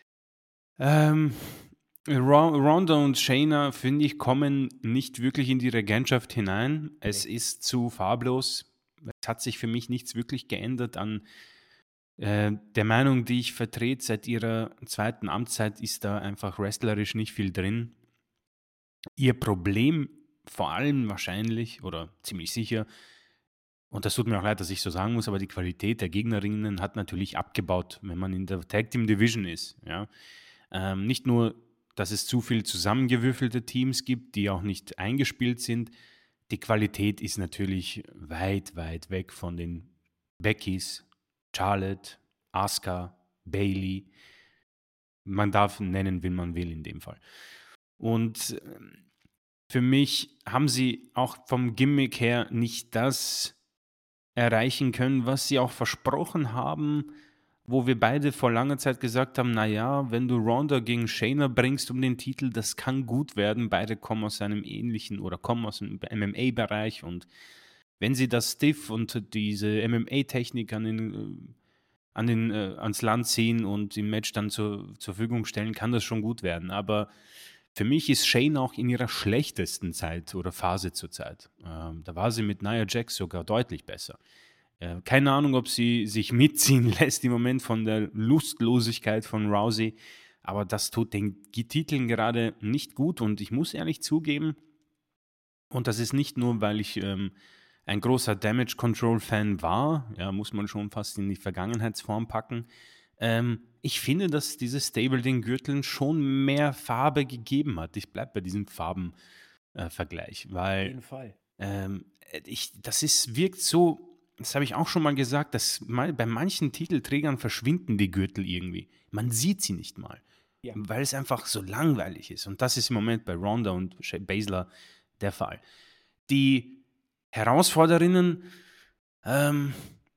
Ähm, Ron- Ronda und Shayna, finde ich, kommen nicht wirklich in die Regentschaft hinein. Es Ne. ist zu farblos. Es hat sich für mich nichts wirklich geändert an äh, der Meinung, die ich vertrete seit ihrer zweiten Amtszeit, ist da einfach wrestlerisch nicht viel drin. Ihr Problem vor allem wahrscheinlich oder ziemlich sicher, und das tut mir auch leid, dass ich so sagen muss, aber die Qualität der Gegnerinnen hat natürlich abgebaut, wenn man in der Tag Team Division ist. Ja? Ähm, nicht nur, dass es zu viel zusammengewürfelte Teams gibt, die auch nicht eingespielt sind. Die Qualität ist natürlich weit, weit weg von den Beckys, Charlotte, Asuka, Bailey. Man darf nennen, wen man will in dem Fall. Und ähm, für mich haben sie auch vom Gimmick her nicht das erreichen können, was sie auch versprochen haben, wo wir beide vor langer Zeit gesagt haben, naja, wenn du Ronda gegen Shayna bringst um den Titel, das kann gut werden. Beide kommen aus einem ähnlichen oder kommen aus dem M M A-Bereich und wenn sie das Stiff und diese M M A-Technik an den, äh, an den, äh, ans Land ziehen und im Match dann zur, zur Verfügung stellen, kann das schon gut werden. Aber für mich ist Shayna auch in ihrer schlechtesten Zeit oder Phase zurzeit. Ähm, da war sie mit Nia Jax sogar deutlich besser. Äh, keine Ahnung, ob sie sich mitziehen lässt im Moment von der Lustlosigkeit von Rousey, aber das tut den G- Titeln gerade nicht gut und ich muss ehrlich zugeben, und das ist nicht nur, weil ich ähm, ein großer Damage Control Fan war, ja, muss man schon fast in die Vergangenheitsform packen. Ähm, ich finde, dass dieses Stable den Gürteln schon mehr Farbe gegeben hat. Ich bleibe bei diesem Farbenvergleich, äh, Vergleich, Auf weil jeden Fall. ähm, äh, ich, das ist, wirkt so, das habe ich auch schon mal gesagt, dass mal, bei manchen Titelträgern verschwinden die Gürtel irgendwie. Man sieht sie nicht mal, Ja. weil es einfach so langweilig ist. Und das ist im Moment bei Ronda und Shay- Baszler der Fall. Die Herausforderinnen, ähm,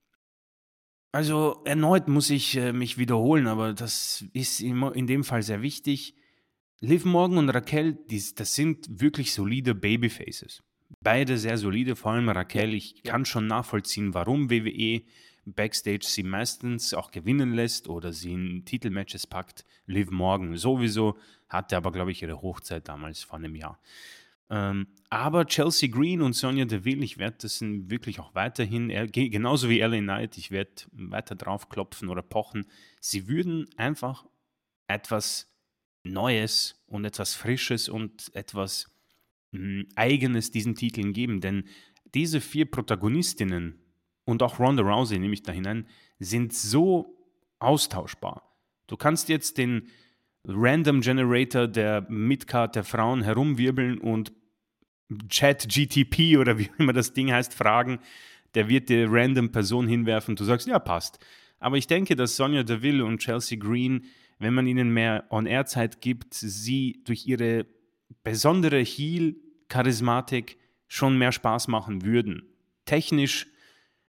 also erneut muss ich äh, mich wiederholen, aber das ist immer in dem Fall sehr wichtig. Liv Morgan und Raquel, dies, das sind wirklich solide Babyfaces. Beide sehr solide, vor allem Ja, Raquel. Ich ja. kann schon nachvollziehen, warum W W E Backstage sie meistens auch gewinnen lässt oder sie in Titelmatches packt. Liv Morgan sowieso, hatte aber, glaube ich, ihre Hochzeit damals vor einem Jahr. Ähm, aber Chelsea Green und Sonja Deville, ich werde das wirklich auch weiterhin, äh, ge- genauso wie L A Knight, ich werde weiter drauf klopfen oder pochen. Sie würden einfach etwas Neues und etwas Frisches und etwas mh, Eigenes diesen Titeln geben. Denn diese vier Protagonistinnen und auch Ronda Rousey, nehme ich da hinein, sind so austauschbar. Du kannst jetzt den Random Generator der Midcard der Frauen herumwirbeln und Chat G T P oder wie immer das Ding heißt, fragen. Der wird dir random Person hinwerfen. Du sagst, ja, passt. Aber ich denke, dass Sonja Deville und Chelsea Green, wenn man ihnen mehr On-Air-Zeit gibt, sie durch ihre besondere Heel-Charismatik schon mehr Spaß machen würden. Technisch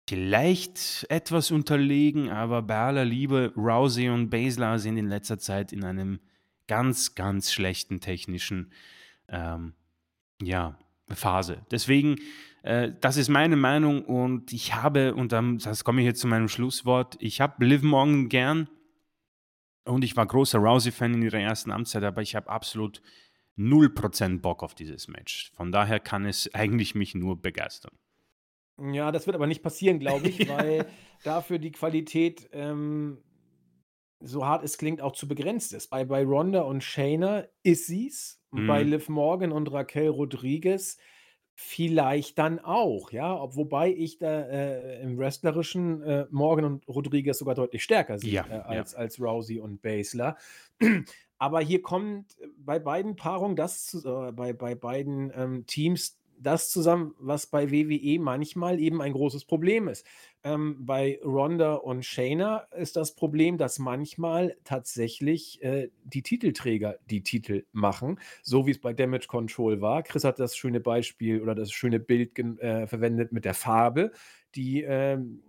vielleicht etwas unterlegen, aber bei aller Liebe, Rousey und Baszler sind in letzter Zeit in einem ganz, ganz schlechten technischen, ähm, ja, Phase. Deswegen, äh, das ist meine Meinung und ich habe und dann das komme ich jetzt zu meinem Schlusswort, ich habe Liv Morgan gern und ich war großer Rousey-Fan in ihrer ersten Amtszeit, aber ich habe absolut null Prozent Bock auf dieses Match. Von daher kann es eigentlich mich nur begeistern. Ja, das wird aber nicht passieren, glaube ich, Ja. weil dafür die Qualität, ähm, so hart es klingt, auch zu begrenzt ist. Bei bei Ronda und Shayna ist sie's, bei Mhm. Liv Morgan und Raquel Rodriguez vielleicht dann auch, ja, ob wobei ich da, äh, im Wrestlerischen, äh, Morgan und Rodriguez sogar deutlich stärker sehe, Ja, äh, ja. als als Rousey und Baszler. Aber hier kommt äh, bei beiden Paarungen das zu äh, bei bei beiden, ähm, Teams das zusammen, was bei W W E manchmal eben ein großes Problem ist. Ähm, bei Ronda und Shayna ist das Problem, dass manchmal tatsächlich, äh, die Titelträger die Titel machen, so wie es bei Damage Control war. Chris hat das schöne Beispiel oder das schöne Bild gen äh, verwendet mit der Farbe, die, ähm,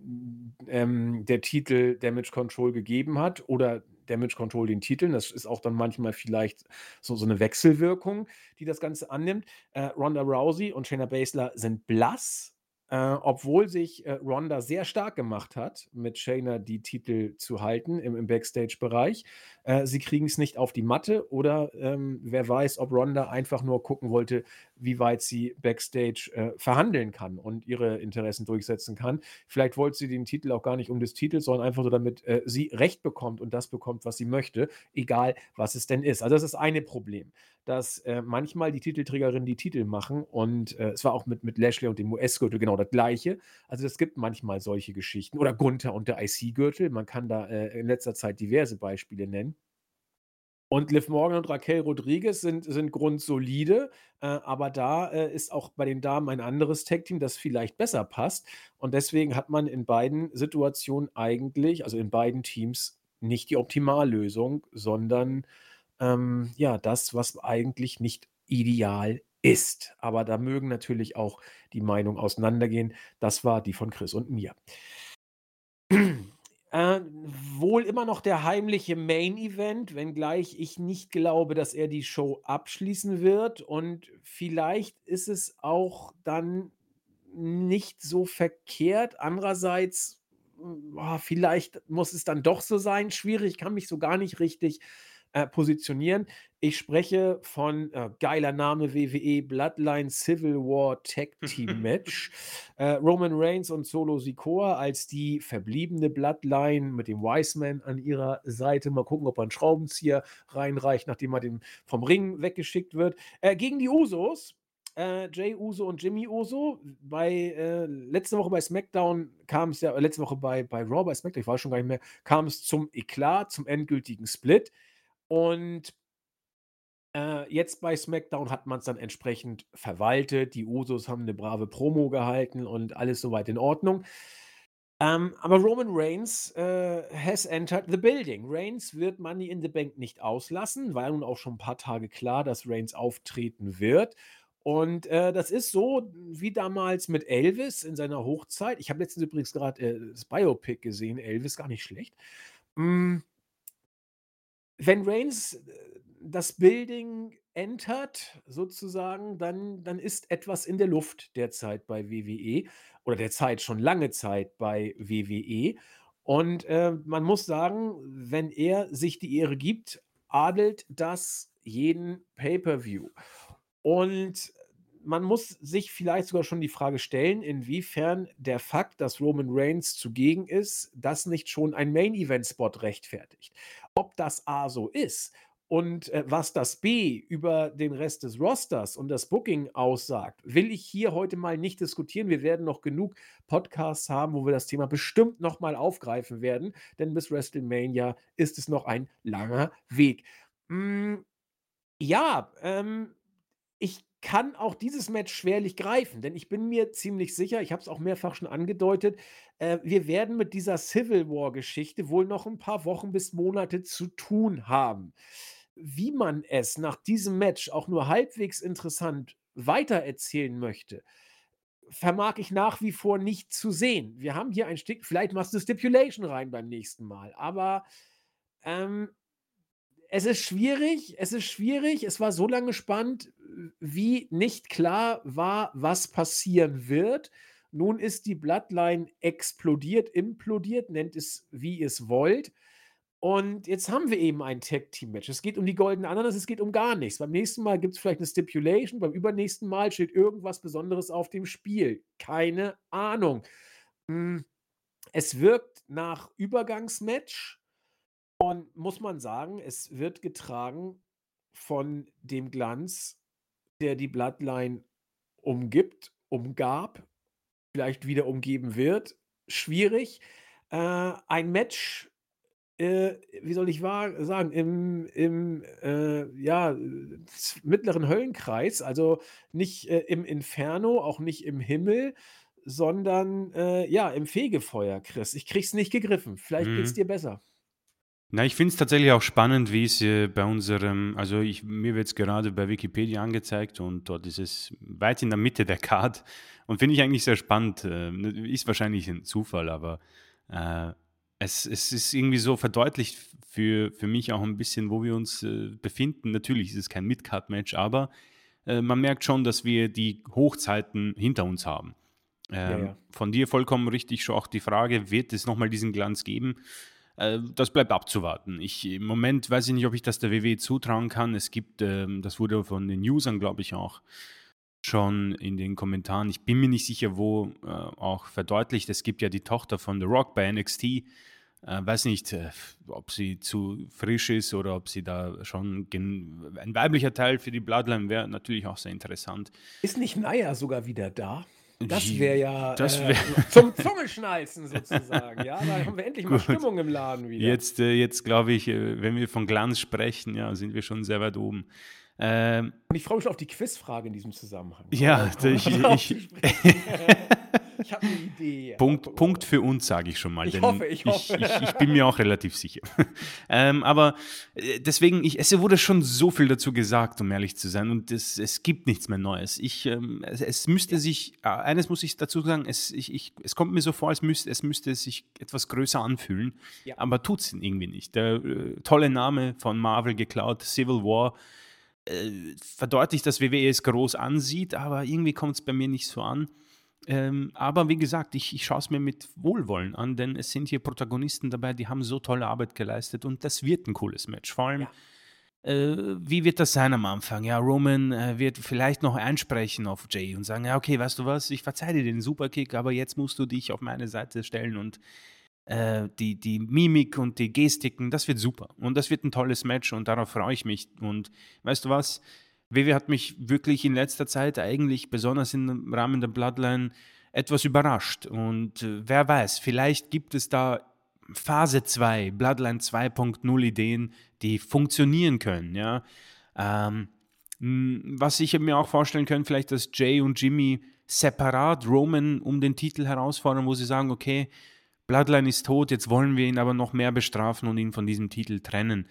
ähm, der Titel Damage Control gegeben hat oder Damage Control den Titeln. Das ist auch dann manchmal vielleicht so so 'ne Wechselwirkung, die das Ganze annimmt. Äh, Ronda Rousey und Shayna Baszler sind blass, äh, obwohl sich, äh, Ronda sehr stark gemacht hat, mit Shayna die Titel zu halten im im Backstage-Bereich. Äh, sie kriegen's nicht auf die Matte oder, ähm, wer weiß, ob Ronda einfach nur gucken wollte, wie weit sie Backstage, äh, verhandeln kann und ihre Interessen durchsetzen kann. Vielleicht wollte sie den Titel auch gar nicht um des Titels, sondern einfach nur damit, äh, sie Recht bekommt und das bekommt, was sie möchte, egal was es denn ist. Also, das ist das eine Problem, dass, äh, manchmal die Titelträgerinnen die Titel machen und, äh, es war auch mit mit Lashley und dem U S-Gürtel genau das Gleiche. Also, es gibt manchmal solche Geschichten oder Gunther und der I C-Gürtel. Man kann da, äh, in letzter Zeit diverse Beispiele nennen. Und Liv Morgan und Raquel Rodriguez sind sind grundsolide, äh, aber da, äh, ist auch bei den Damen ein anderes Tag-Team, das vielleicht besser passt. Und deswegen hat man in beiden Situationen eigentlich also in beiden Teams nicht die Optimallösung, sondern, ähm, ja, das, was eigentlich nicht ideal ist. Aber da mögen natürlich auch die Meinungen auseinandergehen. Das war die von Chris und mir. Äh, wohl immer noch der heimliche Main Event, wenngleich ich nicht glaube, dass er die Show abschließen wird. Und vielleicht ist es auch dann nicht so verkehrt. Andererseits, hm, ah, vielleicht muss es dann doch so sein. Schwierig, ich kann mich so gar nicht richtig, äh, positionieren. Ich spreche von, äh, geiler Name W W E, Bloodline Civil War Tag Team Match. Äh, Roman Reigns und Solo Sikoa als die verbliebene Bloodline mit dem Wiseman an ihrer Seite. Mal gucken, ob er 'n Schraubenzieher reinreicht, nachdem er den vom Ring weggeschickt wird. Äh, gegen die Usos, äh, Jey Uso und Jimmy Uso. Bei, äh letzte Woche bei SmackDown kam's ja letzte Woche bei bei Raw, bei SmackDown, ich weiß schon gar nicht mehr, kam's zum Eklat, zum endgültigen Split. Und äh, jetzt bei SmackDown hat man's dann entsprechend verwaltet. Die Usos haben 'ne brave Promo gehalten und alles so weit in Ordnung. Ähm, aber Roman Reigns, äh, has entered the building. Reigns wird Money in the Bank nicht auslassen. War ja nun auch schon 'n paar Tage klar, dass Reigns auftreten wird. Und, äh, das ist so wie damals mit Elvis in seiner Hochzeit. Ich habe letztens übrigens grad, äh, das Biopic gesehen, Elvis, gar nicht schlecht. Hm wenn Reigns, äh, das Building entert sozusagen, dann dann ist etwas in der Luft derzeit bei W W E oder derzeit schon lange Zeit bei W W E. Und, äh, man muss sagen, wenn er sich die Ehre gibt, adelt das jeden Pay-per-View. Und man muss sich vielleicht sogar schon die Frage stellen, inwiefern der Fakt, dass Roman Reigns zugegen ist, das nicht schon ein Main-Event-Spot rechtfertigt. Ob das A so ist und, äh, was das B über den Rest des Rosters und das Booking aussagt, will ich hier heute mal nicht diskutieren. Wir werden noch genug Podcasts haben, wo wir das Thema bestimmt noch mal aufgreifen werden, denn bis WrestleMania ist es noch ein langer Weg. Hm, ja, ähm, ich kann auch dieses Match schwerlich greifen, denn ich bin mir ziemlich sicher, ich habe es auch mehrfach schon angedeutet, äh, wir werden mit dieser Civil War-Geschichte wohl noch 'n paar Wochen bis Monate zu tun haben. Wie man es nach diesem Match auch nur halbwegs interessant weitererzählen möchte vermag ich nach wie vor nicht zu sehen. Wir haben hier ein Stück, vielleicht machst du Stipulation rein beim nächsten Mal, aber, ähm, es ist schwierig, es ist schwierig. Es war so lange spannend, wie nicht klar war, was passieren wird. Nun ist die Bloodline explodiert, implodiert, nennt es, wie ihr es wollt. Und jetzt haben wir eben ein Tag-Team-Match. Es geht um die Goldene Ananas, es geht um gar nichts. Beim nächsten Mal gibt es vielleicht eine Stipulation, beim übernächsten Mal steht irgendwas Besonderes auf dem Spiel. Keine Ahnung. Hm, es wirkt nach Übergangsmatch und muss man sagen, es wird getragen von dem Glanz, der die Bloodline umgibt, umgab, vielleicht wieder umgeben wird. Schwierig. Äh, ein Match, äh, wie soll ich wa sagen, im im, äh, ja, äh, z mittleren Höllenkreis, also nicht, äh, im Inferno, auch nicht im Himmel, sondern, äh, ja, im Fegefeuer, Chris. Ich kriege es nicht gegriffen. Vielleicht geht's Mhm. dir besser. Na, ich finde es tatsächlich auch spannend, wie es äh, bei unserem, also ich, mir wird es gerade bei Wikipedia angezeigt und dort ist es weit in der Mitte der Card und finde ich eigentlich sehr spannend. Äh, ne, ist wahrscheinlich ein Zufall, aber äh, es, es ist irgendwie so verdeutlicht für, für mich auch ein bisschen, wo wir uns äh, befinden. Natürlich ist es kein Mid-Card-Match, aber äh, man merkt schon, dass wir die Hochzeiten hinter uns haben. Ja, Ähm, ja. von dir vollkommen richtig schon auch die Frage, wird es nochmal diesen Glanz geben? Äh, das bleibt abzuwarten. Ich, im Moment weiß ich nicht, ob ich das der W W E zutrauen kann. Es gibt, ähm, das wurde von den Usern, glaube ich, auch schon in den Kommentaren, ich bin mir nicht sicher, wo äh, auch verdeutlicht, es gibt ja die Tochter von The Rock bei N X T. Äh, weiß nicht, äh, ob sie zu frisch ist oder ob sie da schon gen ein weiblicher Teil für die Bloodline wäre, natürlich auch sehr interessant. Ist nicht Nia sogar wieder da? Das wäre Wie- ja, Das äh, wäre zum Zungeschnalzen sozusagen, ja? Da haben wir endlich mal gut. Stimmung im Laden wieder. Jetzt, äh, jetzt glaube ich, äh, wenn wir von Glanz sprechen, ja, sind wir schon sehr weit oben. Ähm, Und ich freue mich schon auf die Quizfrage in diesem Zusammenhang. Aber da ja, kommen wir ich, noch drauf zu ich, sprechen. Ich habe 'ne Idee. Oh, Punkt, oh, Punkt oh. für uns, sage ich schon mal, Ich hoffe, denn ich ich, hoffe. ich, ich bin mir auch relativ sicher. ähm, aber äh, deswegen, ich, es wurde schon so viel dazu gesagt, um ehrlich zu sein, und es, es gibt nichts mehr Neues. Ich, ähm, es, es müsste Ja, sich, äh, eines muss ich dazu sagen, es, ich, ich, es kommt mir so vor, als müsste, es müsste sich etwas größer anfühlen, ja. aber tut es irgendwie nicht. Der äh, tolle Name von Marvel geklaut, Civil War, äh, verdeutlicht, dass W W E es groß ansieht, aber irgendwie kommt es bei mir nicht so an. Ähm, aber wie gesagt, ich, ich schaue es mir mit Wohlwollen an, denn es sind hier Protagonisten dabei, die haben so tolle Arbeit geleistet und das wird ein cooles Match. Vor allem, Ja. äh, wie wird das sein am Anfang? Ja, Roman äh, wird vielleicht noch einsprechen auf Jay und sagen, ja, okay, weißt du was, ich verzeihe dir den Superkick, aber jetzt musst du dich auf meine Seite stellen und äh, die, die Mimik und die Gestiken, das wird super. Und das wird ein tolles Match und darauf freue ich mich. Und weißt du was? W W hat mich wirklich in letzter Zeit eigentlich, besonders im Rahmen der Bloodline, etwas überrascht. Und äh, wer weiß, vielleicht gibt es da Phase zwei, Bloodline zwei Punkt null Ideen, die funktionieren können. Ja? Ähm, mh, was ich mir auch vorstellen könnte, vielleicht, dass Jay und Jimmy separat Roman um den Titel herausfordern, wo sie sagen, okay, Bloodline ist tot, jetzt wollen wir ihn aber noch mehr bestrafen und ihn von diesem Titel trennen.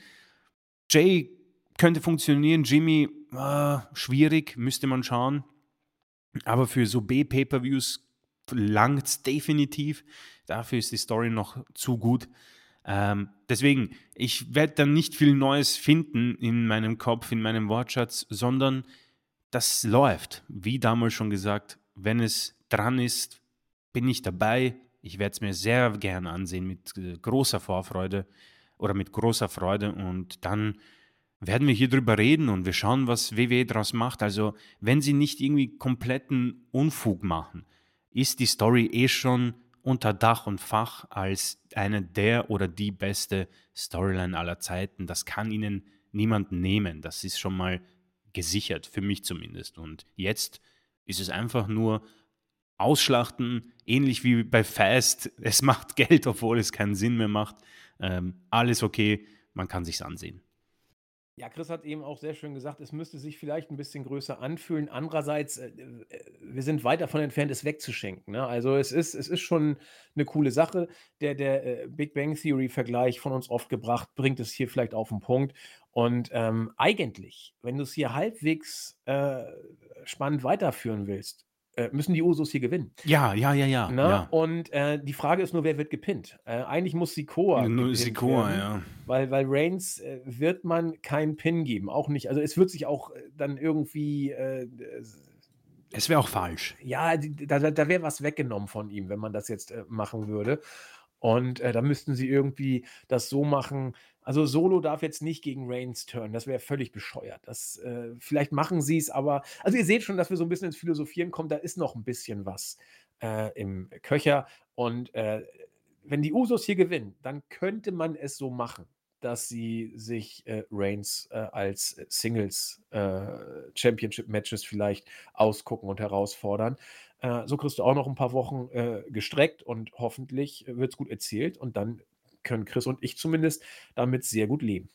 Jay könnte funktionieren, Jimmy äh, schwierig, müsste man schauen. Aber für so B-Pay-Per-Views langt es definitiv. Dafür ist die Story noch zu gut. Ähm, deswegen, ich werde dann nicht viel Neues finden in meinem Kopf, in meinem Wortschatz, sondern das läuft. Wie damals schon gesagt, wenn es dran ist, bin ich dabei. Ich werde es mir sehr gerne ansehen mit äh, großer Vorfreude oder mit großer Freude und dann werden wir hier drüber reden und wir schauen, was W W E daraus macht. Also, wenn sie nicht irgendwie kompletten Unfug machen, ist die Story eh schon unter Dach und Fach als eine der oder die beste Storyline aller Zeiten. Das kann ihnen niemand nehmen. Das ist schon mal gesichert, für mich zumindest. Und jetzt ist es einfach nur ausschlachten, ähnlich wie bei Fast. Es macht Geld, obwohl es keinen Sinn mehr macht. Ähm, alles okay, man kann sich's ansehen. Ja, Chris hat eben auch sehr schön gesagt, es müsste sich vielleicht ein bisschen größer anfühlen. Andererseits, äh, äh, wir sind weit davon entfernt, es wegzuschenken, ne? Also, es ist es ist schon eine coole Sache. Der der, äh, Big Bang Theory-Vergleich von uns oft gebracht, bringt es hier vielleicht auf den Punkt. Und, ähm, eigentlich, wenn du es hier halbwegs, äh, spannend weiterführen willst, äh, müssen die Usos hier gewinnen. Ja, ja, ja, ja, Na, ja. und, äh, die Frage ist nur, wer wird gepinnt? Äh, eigentlich muss Sikoa Nur gepinnt Sikoa, werden, ja. weil weil Reigns, äh, wird man keinen Pin geben, auch nicht, also, es wird sich auch, äh, dann irgendwie, äh, s Es wäre auch falsch. ja, d da da da wäre was weggenommen von ihm, wenn man das jetzt, äh, machen würde. Und, äh, da müssten sie irgendwie das so machen, also, Solo darf jetzt nicht gegen Reigns turnen, das wäre völlig bescheuert. Das, äh vielleicht machen sie's, aber, also, ihr seht schon, dass wir so 'n bisschen ins Philosophieren kommen, da ist noch 'n bisschen was, äh, im Köcher. Und, äh, wenn die Usos hier gewinnen, dann könnte man es so machen, dass sie sich, äh, Reigns, äh, als Singles, äh, Championship Matches vielleicht ausgucken und herausfordern. Äh, so kriegst du auch noch 'n paar Wochen, äh, gestreckt und hoffentlich wird's gut erzählt und dann können Chris und ich zumindest damit sehr gut leben.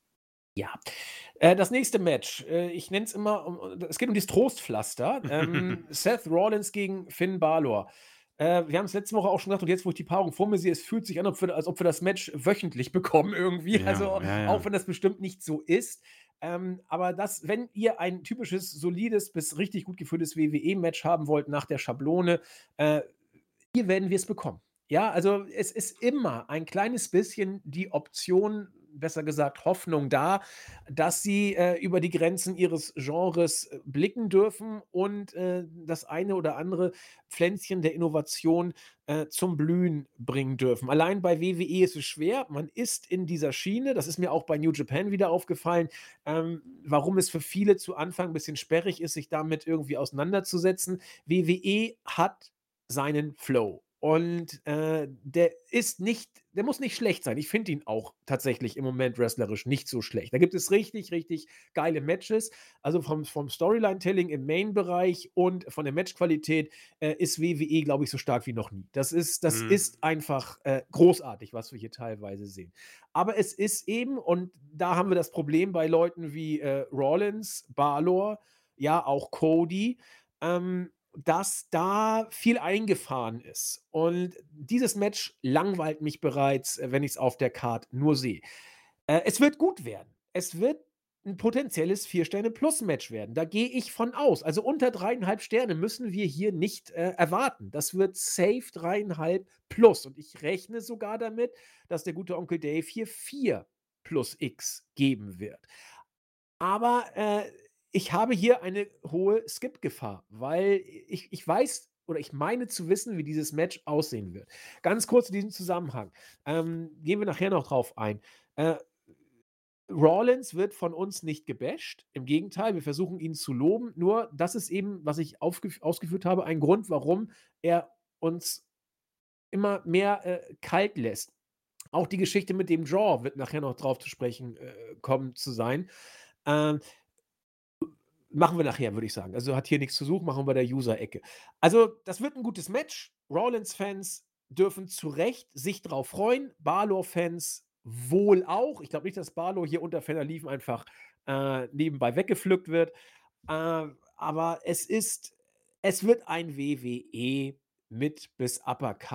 Ja, äh, das nächste Match, äh, ich nenne es immer um um es geht um dieses Trostpflaster, ähm, Seth Rollins gegen Finn Balor. Äh, wir haben's letzte Woche auch schon gesagt und jetzt, wo ich die Paarung vor mir sehe, es fühlt sich an, ob wir als ob wir das Match wöchentlich bekommen irgendwie, Ja, also, ja, auch ja. wenn das bestimmt nicht so ist. Ähm, aber das wenn ihr ein typisches, solides bis richtig gut geführtes W W E-Match haben wollt nach der Schablone, äh, hier werden wir's bekommen. Ja, also, es ist immer ein kleines bisschen die Option, besser gesagt Hoffnung da, dass sie, äh, über die Grenzen ihres Genres, äh, blicken dürfen und, äh, das eine oder andere Pflänzchen der Innovation, äh, zum Blühen bringen dürfen. Allein bei W W E ist es schwer. Man ist in dieser Schiene, das ist mir auch bei New Japan wieder aufgefallen, ähm, warum es für viele zu Anfang 'n bisschen sperrig ist, sich damit irgendwie auseinanderzusetzen. W W E hat seinen Flow und, äh, der ist nicht der muss nicht schlecht sein. Ich finde ihn auch tatsächlich im Moment wrestlerisch nicht so schlecht. Da gibt es richtig, richtig geile Matches. Also, vom vom Storyline-Telling im Main-Bereich und von der Matchqualität, äh, ist W W E, glaube ich, so stark wie noch nie. Das ist das Mhm. ist einfach, äh, großartig, was wir hier teilweise sehen. Aber es ist eben und da haben wir das Problem bei Leuten wie, äh, Rollins, Balor, ja, auch Cody, ähm, dass da viel eingefahren ist. Und dieses Match langweilt mich bereits, äh, wenn ich's auf der Card nur sehe. Äh, es wird gut werden. Es wird 'n potenzielles Vier-Sterne-Plus-Match werden. Da gehe ich von aus. Also, unter dreieinhalb Sterne müssen wir hier nicht, äh, erwarten. Das wird safe dreieinhalb plus und ich rechne sogar damit, dass der gute Onkel Dave hier vier plus X geben wird. Aber, äh, ich habe hier eine hohe Skip-Gefahr, weil ich ich weiß oder ich meine zu wissen, wie dieses Match aussehen wird. Ganz kurz in diesem Zusammenhang, ähm, gehen wir nachher noch drauf ein. Äh, Rollins wird von uns nicht gebasht. Im Gegenteil, wir versuchen ihn zu loben. Nur das ist eben, was ich aufgef ausgeführt habe, ein Grund, warum er uns immer mehr, äh, kalt lässt. Auch die Geschichte mit dem Draw wird nachher noch drauf zu sprechen, äh, kommen zu sein. Ähm machen wir nachher, würde ich sagen. Also, hat hier nix zu suchen, machen wir bei der User-Ecke. Also, das wird 'n gutes Match. Rollins-Fans dürfen zu Recht sich drauf freuen, Balor-Fans wohl auch. Ich glaube nicht, dass Balor hier unter ferner liefen einfach, äh, nebenbei weggepflückt wird. Äh, aber es ist es wird ein W W E mit bis Upper Ca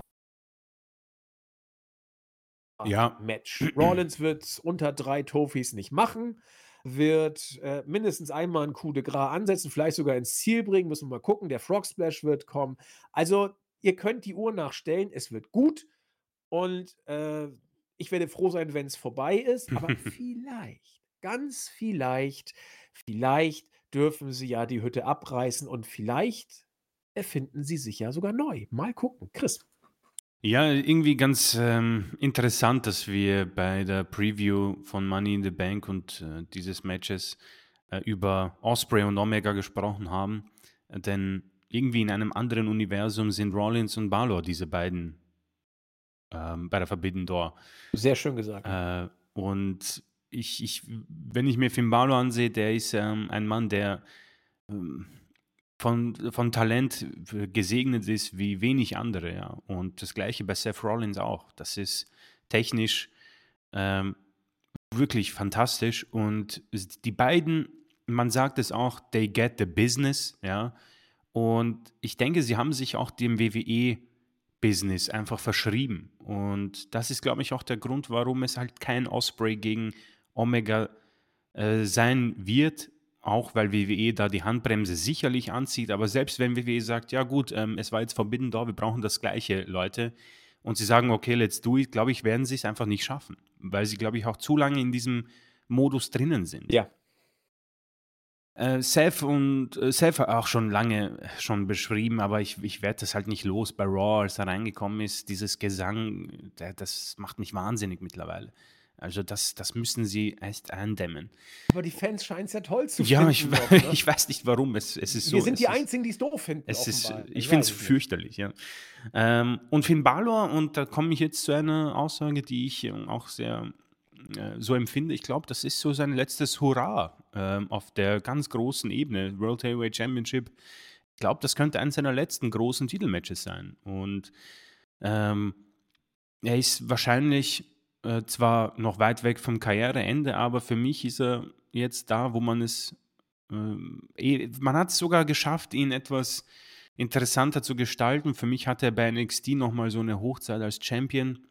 Ja. Match. Rollins wird's unter drei Tofis nicht machen, wird, äh, mindestens einmal 'n Coup de Gras ansetzen, vielleicht sogar ins Ziel bringen, müssen wir mal gucken. Der Frog Splash wird kommen. Also, ihr könnt die Uhr nachstellen, es wird gut und, äh, ich werde froh sein, wenn's vorbei ist, aber vielleicht, ganz vielleicht vielleicht dürfen sie ja die Hütte abreißen und vielleicht erfinden sie sich ja sogar neu. Mal gucken. Chris? Ja, irgendwie ganz, ähm, interessant, dass wir bei der Preview von Money in the Bank und, äh, dieses Matches, äh, über Ospreay und Omega gesprochen haben, denn irgendwie in einem anderen Universum sind Rollins und Balor diese beiden ähm, bei der Forbidden Door. Sehr schön gesagt, ja. Äh, und ich ich wenn ich mir Finn Balor ansehe, der ist, ähm, ein Mann, der, ähm, von von Talent w gesegnet ist wie wenig andere, ja. Und das Gleiche bei Seth Rollins auch. Das ist technisch, ähm, wirklich fantastisch und s die beiden, man sagt es auch, they get the business, ja. Und ich denke, sie haben sich auch dem W W E-Business einfach verschrieben. Und das ist, glaube ich, auch der Grund, warum es halt kein Ospreay gegen Omega, äh, sein wird auch weil W W E da die Handbremse sicherlich anzieht, aber selbst wenn W W E sagt: „Ja gut, ähm, es war jetzt Forbidden Door, wir brauchen das Gleiche, Leute“, und sie sagen: „Okay, let's do it“, glaube ich, werden sie es einfach nicht schaffen, weil sie, glaube ich, auch zu lange in diesem Modus drinnen sind. Ja. Äh, Seth und äh, Seth hat auch schon lange äh, schon beschrieben, aber ich ich werde das halt nicht los bei Raw, als er reingekommen ist, dieses Gesang, der das macht mich wahnsinnig mittlerweile. Also, das das müssen sie echt eindämmen. Aber die Fans scheinen's ja toll zu Ja, ich finden noch, ne? ich weiß nicht warum. Es es ist Wir so sind die es ist Einzigen, die's doof finden es ist offenbar. ich Ich finde weiß es es nicht. fürchterlich, ja. Ähm, und Finn Balor, und da komme ich jetzt zu einer Aussage, die ich, ähm, auch sehr, äh, so empfinde. Ich glaube, das ist so sein letztes Hurra, ähm, auf der ganz großen Ebene, World Heavyweight Championship. Ich glaube, das könnte eins seiner letzten großen Titelmatches sein. Und, ähm, er ist wahrscheinlich, äh, zwar noch weit weg vom Karriereende, aber für mich ist er jetzt da, wo man es, ähm, eh man hat es sogar geschafft, ihn etwas interessanter zu gestalten. Für mich hatte er bei N X T noch mal so eine Hochzeit als Champion.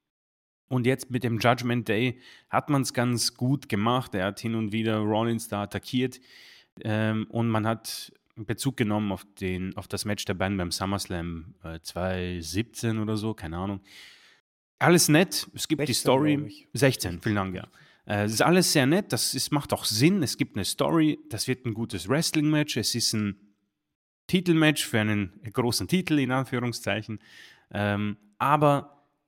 Und jetzt mit dem Judgment Day hat man es ganz gut gemacht. Er hat hin und wieder Rollins da attackiert, ähm, und man hat Bezug genommen auf den auf das Match der beiden beim SummerSlam, äh, zwanzig siebzehn oder so, keine Ahnung. Alles nett, es gibt die sechzehn, glaube Story ich. sechzehn, vielen Dank, ja. sechzehn. Äh, es ist alles sehr nett, das ist macht auch Sinn, es gibt 'ne Story, das wird 'n gutes Wrestling-Match, es ist 'n Titelmatch für einen großen Titel in Anführungszeichen, ähm, aber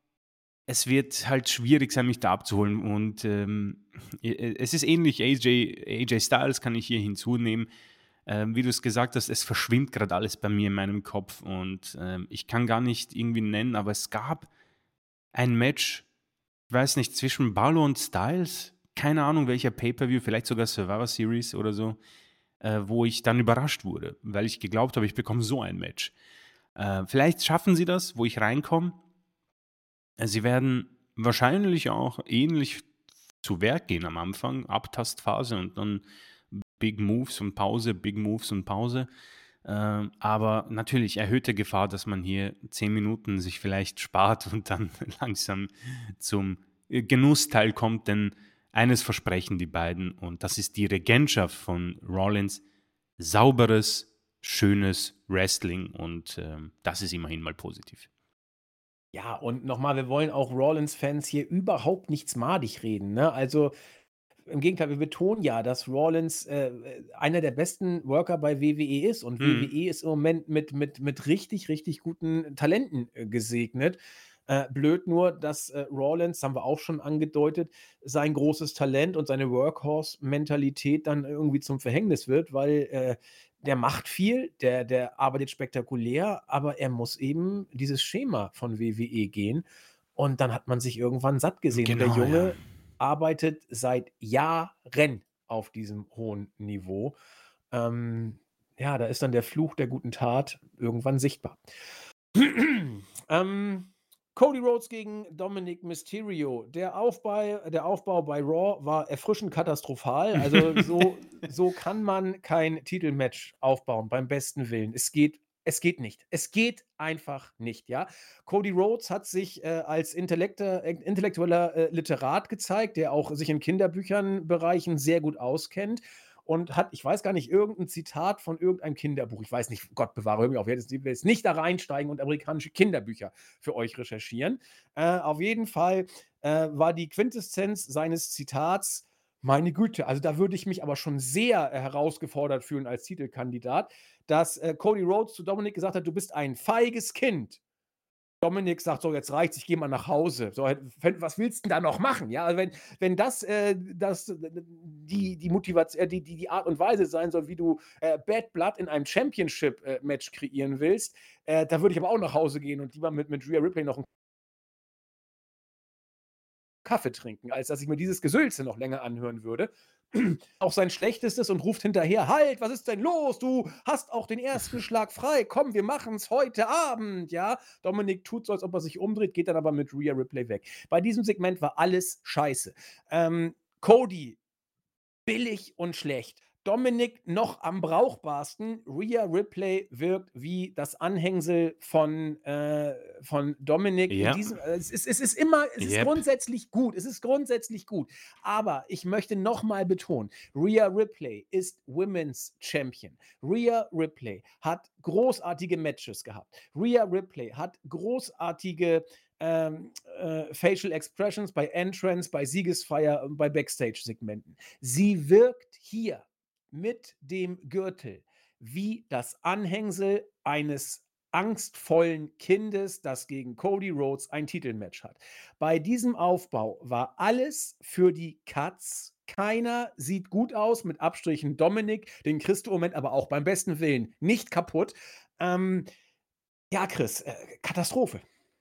es wird halt schwierig sein, mich da abzuholen und, ähm, e e es ist ähnlich A J A J Styles kann ich hier hinzunehmen. Ähm, wie du's gesagt hast, es verschwimmt grad alles bei mir in meinem Kopf und, ähm, ich kann gar nicht irgendwie nennen, aber es gab ein Match, ich weiß nicht, zwischen Balor und Styles, keine Ahnung welcher Pay-per-View, vielleicht sogar Survivor Series oder so, äh, wo ich dann überrascht wurde, weil ich geglaubt habe, ich bekomme so ein Match. Äh, vielleicht schaffen sie das, wo ich reinkomme. Äh, sie werden wahrscheinlich auch ähnlich zu Werk gehen am Anfang, Abtastphase und dann Big Moves und Pause, Big Moves und Pause. Ähm, aber natürlich erhöhte Gefahr, dass man hier zehn Minuten sich vielleicht spart und dann langsam zum, äh, Genussteil kommt, denn eines versprechen die beiden und das ist die Regentschaft von Rollins: sauberes, schönes Wrestling und, ähm, das ist immerhin mal positiv. Ja, und noch mal, wir wollen auch Rollins-Fans hier überhaupt nichts madig reden, ne? Also, im Gegenteil, wir betonen ja, dass Rollins, äh, äh, einer der besten Worker bei W W E ist und Mhm. W W E ist im Moment mit mit mit richtig, richtig guten Talenten, äh, gesegnet. Äh, blöd nur, dass, äh, Rollins, haben wir auch schon angedeutet, sein großes Talent und seine Workhorse-Mentalität dann irgendwie zum Verhängnis wird, weil, äh, der macht viel, der der arbeitet spektakulär, aber er muss eben dieses Schema von W W E gehen und dann hat man sich irgendwann satt gesehen und der Genau, ja. Junge arbeitet seit Jahren auf diesem hohen Niveau. Ähm, ja, da ist dann der Fluch der guten Tat irgendwann sichtbar. Ähm, Cody Rhodes gegen Dominic Mysterio. Der Aufbei der Aufbau bei Raw war erfrischend katastrophal. Also, so so kann man kein Titelmatch aufbauen, beim besten Willen. Es geht es geht nicht. Es geht einfach nicht, ja? Cody Rhodes hat sich, äh, als Intellekter äh, intellektueller, äh, Literat gezeigt, der auch sich in Kinderbüchern Bereichen sehr gut auskennt und hat, ich weiß gar nicht, irgend 'n Zitat von irgendeinem Kinderbuch, ich weiß nicht, Gott bewahre, hör mir auf, ich will jetzt nicht da reinsteigen und amerikanische Kinderbücher für euch recherchieren. Äh, auf jeden Fall, äh, war die Quintessenz seines Zitats: „Meine Güte“, also, da würde ich mich aber schon sehr, äh, herausgefordert fühlen als Titelkandidat, dass, äh, Cody Rhodes zu Dominic gesagt hat: „Du bist ein feiges Kind.“ Dominic sagt: „So, jetzt reicht's, ich gehe mal nach Hause.“ So, äh, was willst 'n da noch machen, ja? Also, wenn wenn das, äh, das d d die die Motivaz äh, die die die Art und Weise sein soll, wie du, äh, Bad Blood in einem Championship, äh, Match kreieren willst, äh, da würde ich aber auch nach Hause gehen und lieber mit mit Rhea Ripley noch 'n Kaffee trinken, als dass ich mir dieses Gesülze noch länger anhören würde. Auch sein Schlechtestes und ruft hinterher: „Halt, was ist denn los? Du hast auch den ersten Schlag frei. Komm, wir machen's heute Abend“, ja? Dominic tut so, als ob er sich umdreht, geht dann aber mit Rhea Ripley weg. Bei diesem Segment war alles scheiße. Ähm, Cody, billig und schlecht. Dominik noch am brauchbarsten. Rhea Ripley wirkt wie das Anhängsel von, äh, von Dominik in Ja, diesem. äh, Es ist, es ist immer, es ist yep. grundsätzlich gut. Es ist grundsätzlich gut. Aber ich möchte nochmal betonen: Rhea Ripley ist Women's Champion. Rhea Ripley hat großartige Matches gehabt. Rhea Ripley hat großartige ähm, äh, Facial Expressions bei Entrance, bei Siegesfeier und bei Backstage-Segmenten. Sie wirkt hier mit dem Gürtel wie das Anhängsel eines angstvollen Kindes, das gegen Cody Rhodes ein Titelmatch hat. Bei diesem Aufbau war alles für die Katz. Keiner sieht gut aus, mit Abstrichen Dominik, den kriegst du im Moment aber auch beim besten Willen nicht kaputt. Ähm, ja, Chris, äh, Katastrophe.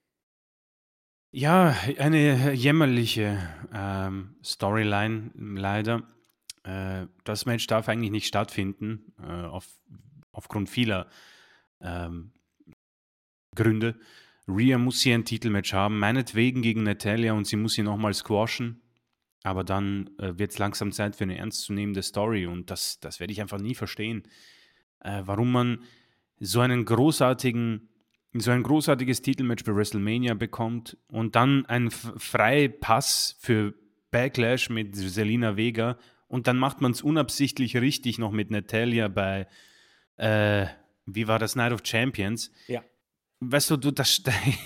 Ja, eine jämmerliche ähm, Storyline, leider. Äh, das Match darf eigentlich nicht stattfinden, äh, auf, aufgrund vieler ähm, Gründe. Rhea muss hier ein Titelmatch haben, meinetwegen gegen Natalya, und sie muss sie nochmal squashen. Aber dann äh, wird es langsam Zeit für eine ernstzunehmende Story, und das, das werde ich einfach nie verstehen. Äh, warum man so einen großartigen, so ein großartiges Titelmatch bei WrestleMania bekommt und dann einen F- Freipass für Backlash mit Zelina Vega, und dann macht man es unabsichtlich richtig noch mit Natalya bei, äh, wie war das, Night of Champions. Ja. Weißt du, du das,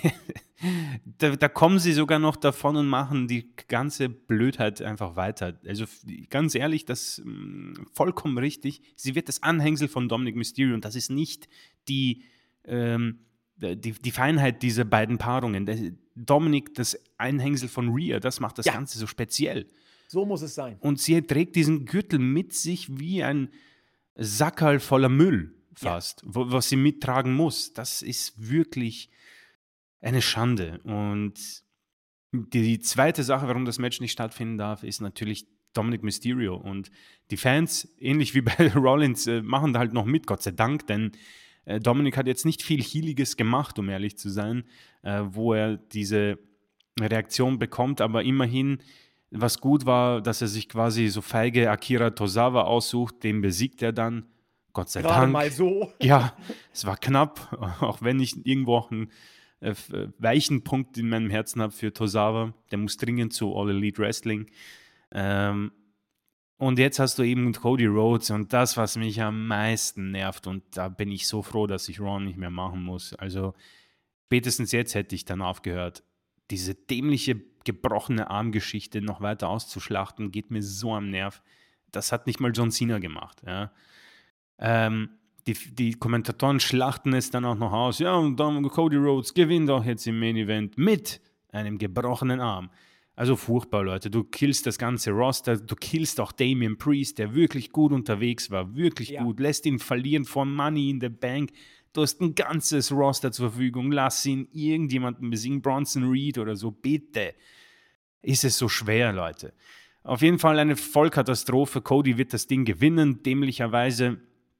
da, da kommen sie sogar noch davon und machen die ganze Blödheit einfach weiter. Also f- ganz ehrlich, das ist vollkommen richtig. Sie wird das Anhängsel von Dominic Mysterio, und das ist nicht die, ähm, die, die Feinheit dieser beiden Paarungen. Der, Dominic, das Anhängsel von Rhea, das macht das Ja, Ganze so speziell. so muss es sein. Und sie trägt diesen Gürtel mit sich wie ein Sackerl voller Müll Ja. fast, wo, was sie mittragen muss. Das ist wirklich eine Schande. Und die, die zweite Sache, warum das Match nicht stattfinden darf, ist natürlich Dominic Mysterio. Und die Fans, ähnlich wie bei Rollins, äh, machen da halt noch mit, Gott sei Dank, denn äh, Dominic hat jetzt nicht viel Healiges gemacht, um ehrlich zu sein, äh, wo er diese Reaktion bekommt, aber immerhin, was gut war, dass er sich quasi so feige Akira Tozawa aussucht, den besiegt er dann, Gott sei Gerade Dank. mal so. Ja, es war knapp, auch wenn ich irgendwo auch einen äh, weichen Punkt in meinem Herzen habe für Tozawa. Der muss dringend zu All Elite Wrestling. Ähm, und jetzt hast du eben Cody Rhodes, und das, was mich am meisten nervt, und da bin ich so froh, dass ich Raw nicht mehr machen muss. Also spätestens jetzt hätte ich dann aufgehört. Diese dämliche, gebrochene Armgeschichte noch weiter auszuschlachten, geht mir so am Nerv. Das hat nicht mal John Cena gemacht. Ja. Ähm, die, die Kommentatoren schlachten es dann auch noch aus. Ja, und dann Cody Rhodes gewinnt doch jetzt im Main Event mit einem gebrochenen Arm. Also furchtbar, Leute. Du killst das ganze Roster, du killst auch Damian Priest, der wirklich gut unterwegs war, wirklich Ja. gut. Lässt ihn verlieren von Money in the Bank. Du hast ein ganzes Roster zur Verfügung. Lass ihn irgendjemanden besiegen, Bronson Reed oder so, bitte. Ist es so schwer, Leute. Auf jeden Fall eine Vollkatastrophe. Cody wird das Ding gewinnen, dämlicherweise,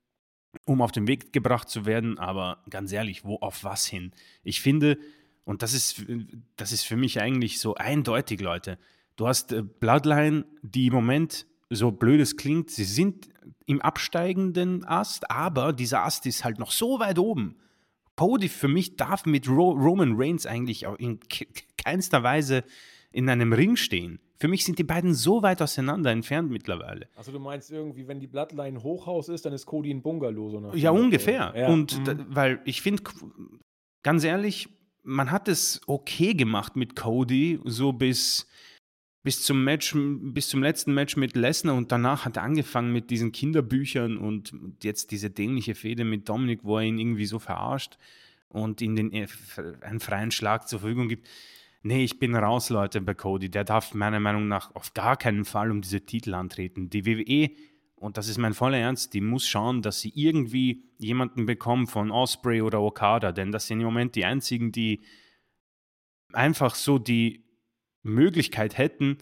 um auf den Weg gebracht zu werden, aber ganz ehrlich, wo auf was hin? Ich finde, und das ist, das ist für mich eigentlich so eindeutig, Leute, du hast äh, Bloodline, die im Moment, so blöd es klingt, sie sind im absteigenden Ast, aber dieser Ast ist halt noch so weit oben. Cody für mich darf mit Ro- Roman Reigns eigentlich auch in ke- keinster Weise in einem Ring stehen. Für mich sind die beiden so weit auseinander entfernt mittlerweile. Also du meinst irgendwie, wenn die Bloodline ein Hochhaus ist, dann ist Cody ein Bungalow, so nach Ja, dem Motto. ungefähr. Ja. Und da, Mhm. weil ich finde, ganz ehrlich, man hat es okay gemacht mit Cody, so bis, bis zum Match, bis zum letzten Match mit Lesnar, und danach hat er angefangen mit diesen Kinderbüchern und jetzt diese dämliche Fehde mit Dominic, wo er ihn irgendwie so verarscht und ihm den, einen freien Schlag zur Verfügung gibt. Nee, ich bin raus, Leute, bei Cody. Der darf meiner Meinung nach auf gar keinen Fall um diese Titel antreten. Die W W E, und das ist mein voller Ernst, die muss schauen, dass sie irgendwie jemanden bekommen von Osprey oder Okada, denn das sind im Moment die einzigen, die einfach so die Möglichkeit hätten,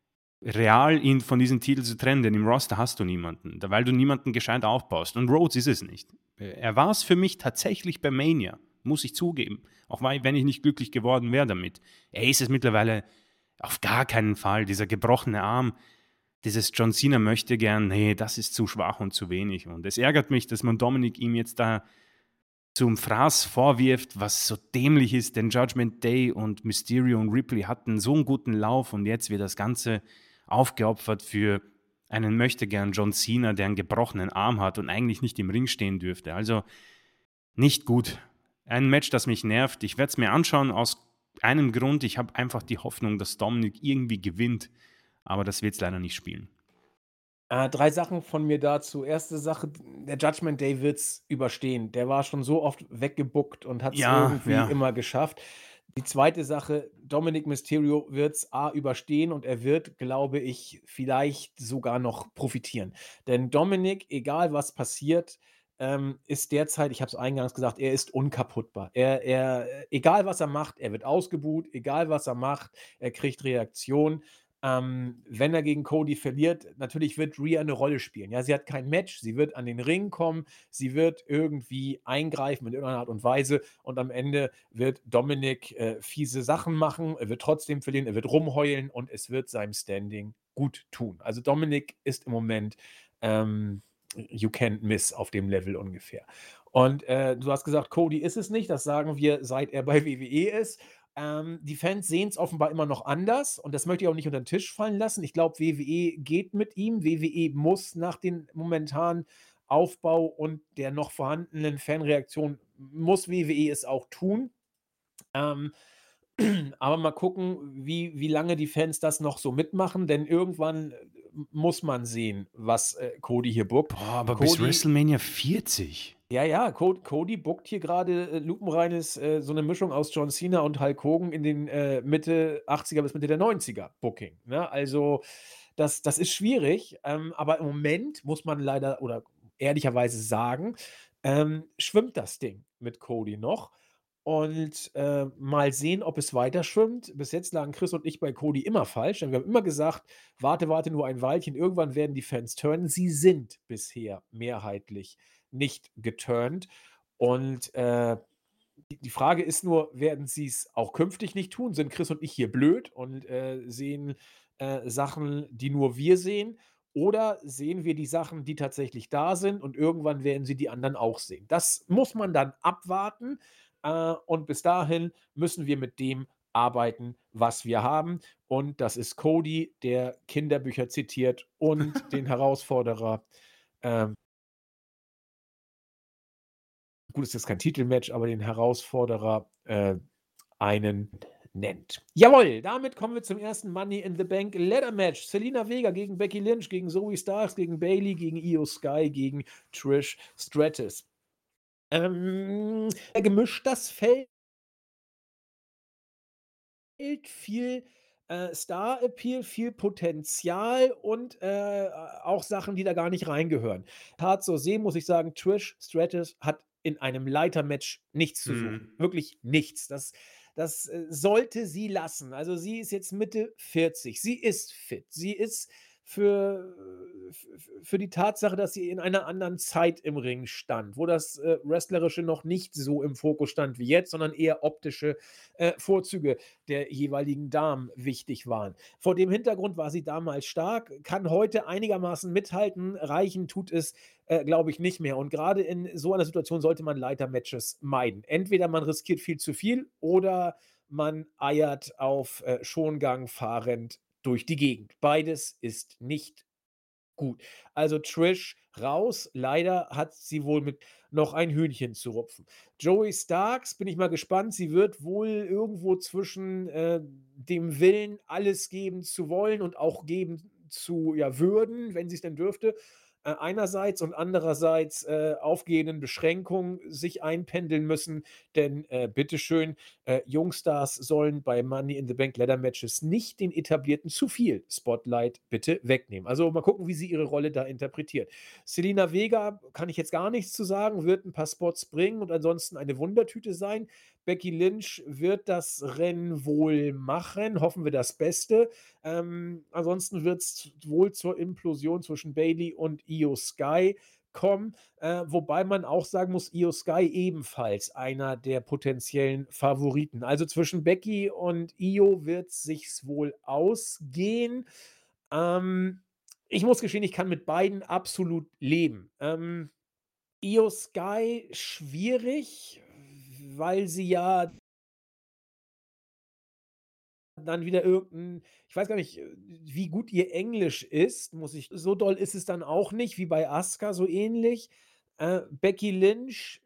real ihn von diesem Titel zu trennen, denn im Roster hast du niemanden, weil du niemanden gescheit aufbaust. Und Rhodes ist es nicht. Er war es für mich tatsächlich bei Mania, muss ich zugeben. Auch wenn ich nicht glücklich geworden wäre damit. Er ist es mittlerweile auf gar keinen Fall. Dieser gebrochene Arm, dieses John Cena möchte gern, nee, das ist zu schwach und zu wenig. Und es ärgert mich, dass man Dominik ihm jetzt da zum Fraß vorwirft, was so dämlich ist, denn Judgment Day und Mysterio und Ripley hatten so einen guten Lauf und jetzt wird das Ganze aufgeopfert für einen möchtegern John Cena, der einen gebrochenen Arm hat und eigentlich nicht im Ring stehen dürfte. Also nicht gut. Ein Match, das mich nervt. Ich werde es mir anschauen aus einem Grund. Ich habe einfach die Hoffnung, dass Dominik irgendwie gewinnt, aber das wird es leider nicht spielen. Äh, drei Sachen von mir dazu. Erste Sache, der Judgment Day wird's überstehen. Der war schon so oft weggebuckt und hat's Ja, irgendwie ja. immer geschafft. Die zweite Sache, Dominic Mysterio wird's A überstehen und er wird, glaube ich, vielleicht sogar noch profitieren. Denn Dominic, egal was passiert, ähm, ist derzeit, ich habe es eingangs gesagt, er ist unkaputtbar. Er er äh, egal was er macht, er wird ausgebuht, egal was er macht, er kriegt Reaktion. Ähm, wenn er gegen Cody verliert, natürlich wird Rhea eine Rolle spielen. Ja, sie hat kein Match, sie wird an den Ring kommen, sie wird irgendwie eingreifen in irgendeiner Art und Weise und am Ende wird Dominik, äh, fiese Sachen machen. Er wird trotzdem verlieren, er wird rumheulen und es wird seinem Standing gut tun. Also, Dominik ist im Moment, ähm, you can't miss auf dem Level ungefähr. Und, äh, du hast gesagt, Cody ist es nicht. Das sagen wir, seit er bei W W E ist. Ähm, die Fans sehen es offenbar immer noch anders und das möchte ich auch nicht unter den Tisch fallen lassen. Ich glaube, W W E geht mit ihm. W W E muss nach dem momentanen Aufbau und der noch vorhandenen Fanreaktion muss W W E es auch tun. Ähm, aber mal gucken, wie wie lange die Fans das noch so mitmachen, denn irgendwann, äh, muss man sehen, was, äh, Cody hier bookt. Boah, aber bis Cody WrestleMania vierzig. ja, ja, Co Cody bookt hier gerade äh, lupenreines äh, so eine Mischung aus John Cena und Hulk Hogan in den, äh, Mitte achtziger bis Mitte der neunziger Booking, ne? Also, das das ist schwierig, ähm, aber im Moment muss man leider oder ehrlicherweise sagen, ähm, schwimmt das Ding mit Cody noch und, äh, mal sehen, ob es weiter schwimmt. Bis jetzt lagen Chris und ich bei Cody immer falsch, denn wir haben immer gesagt: „Warte, warte nur ein Weilchen, irgendwann werden die Fans turnen." Sie sind bisher mehrheitlich nicht geturnt. Und, äh, die die Frage ist nur, werden sie es auch künftig nicht tun? Sind Chris und ich hier blöd und, äh, sehen, äh, Sachen, die nur wir sehen? Oder sehen wir die Sachen, die tatsächlich da sind und irgendwann werden sie die anderen auch sehen? Das muss man dann abwarten, äh, und bis dahin müssen wir mit dem arbeiten, was wir haben. Und das ist Cody, der Kinderbücher zitiert und den Herausforderer, ähm gut, ist jetzt kein Titelmatch, aber den Herausforderer, äh, einen nennt. Jawohl, damit kommen wir zum ersten Money in the Bank Ladder Match. Selina Vega gegen Becky Lynch, gegen Zoe Starks, gegen Bayley, gegen Io Sky, gegen Trish Stratus. Ähm, gemischt das Feld viel, äh, Star-Appeal, viel Potenzial und, äh, auch Sachen, die da gar nicht reingehören. Hart so sehen muss ich sagen, Trish Stratus hat in einem Leitermatch nichts zu suchen. Mhm. Wirklich nichts. Das das, äh, sollte sie lassen. Also, sie ist jetzt Mitte vierzig. Sie ist fit. Sie ist für f f für die Tatsache, dass sie in einer anderen Zeit im Ring stand, wo das, äh, Wrestlerische noch nicht so im Fokus stand wie jetzt, sondern eher optische, äh, Vorzüge der jeweiligen Damen wichtig waren. Vor dem Hintergrund war sie damals stark, kann heute einigermaßen mithalten, reichen tut es, äh, glaube ich, nicht mehr. Und gerade in so einer Situation sollte man Leitermatches meiden. Entweder man riskiert viel zu viel oder man eiert auf äh, Schongang fahrend durch die Gegend. Beides ist nicht gut. Also Trish raus. Leider hat sie wohl mit noch ein Hühnchen zu rupfen. Joey Starks, bin ich mal gespannt. Sie wird wohl irgendwo zwischen, äh, dem Willen, alles geben zu wollen und auch geben zu, ja, würden, wenn sie es denn dürfte, äh, einerseits und andererseits, äh, aufgehenden Beschränkungen sich einpendeln müssen. Denn, äh, bitteschön, äh, Jungstars sollen bei Money in the Bank Ladder Matches nicht den etablierten zu viel Spotlight bitte wegnehmen. Also mal gucken, wie sie ihre Rolle da interpretiert. Selina Vega kann ich jetzt gar nichts zu sagen, wird ein paar Spots bringen und ansonsten eine Wundertüte sein. Becky Lynch wird das Rennen wohl machen, hoffen wir das Beste. Ähm, ansonsten wird es wohl zur Implosion zwischen Bayley und Io Sky kommen, äh, wobei man auch sagen muss, Io Sky ebenfalls einer der potenziellen Favoriten. Also zwischen Becky und Io wird sich's wohl ausgehen. Ähm, Ich muss gestehen, ich kann mit beiden absolut leben. Ähm, Io Sky schwierig, weil sie ja dann wieder irgend 'n ich weiß gar nicht, äh, wie gut ihr Englisch ist, muss ich so doll ist es dann auch nicht wie bei Asuka, so ähnlich. Äh, Becky Lynch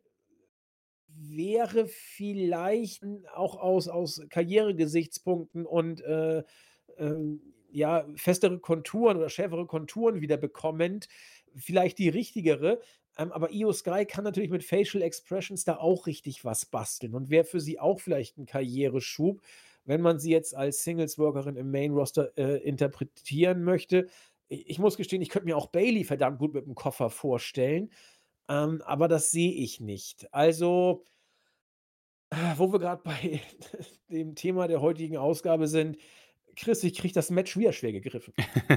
wäre vielleicht, hm, auch aus aus Karrieregesichtspunkten und, äh, ähm, ja, festere Konturen oder schärfere Konturen wieder bekommend, vielleicht die richtigere. Ähm, aber Io Sky kann natürlich mit Facial Expressions da auch richtig was basteln und wäre für sie auch vielleicht 'n Karriereschub, wenn man sie jetzt als Singles-Workerin im Main Roster, äh, interpretieren möchte. I ich muss gestehen, ich könnte mir auch Bayley verdammt gut mit'm Koffer vorstellen, ähm, aber das sehe ich nicht. Also äh, wo wir grad bei dem Thema der heutigen Ausgabe sind, Chris, ich kriege das Match wieder schwer gegriffen.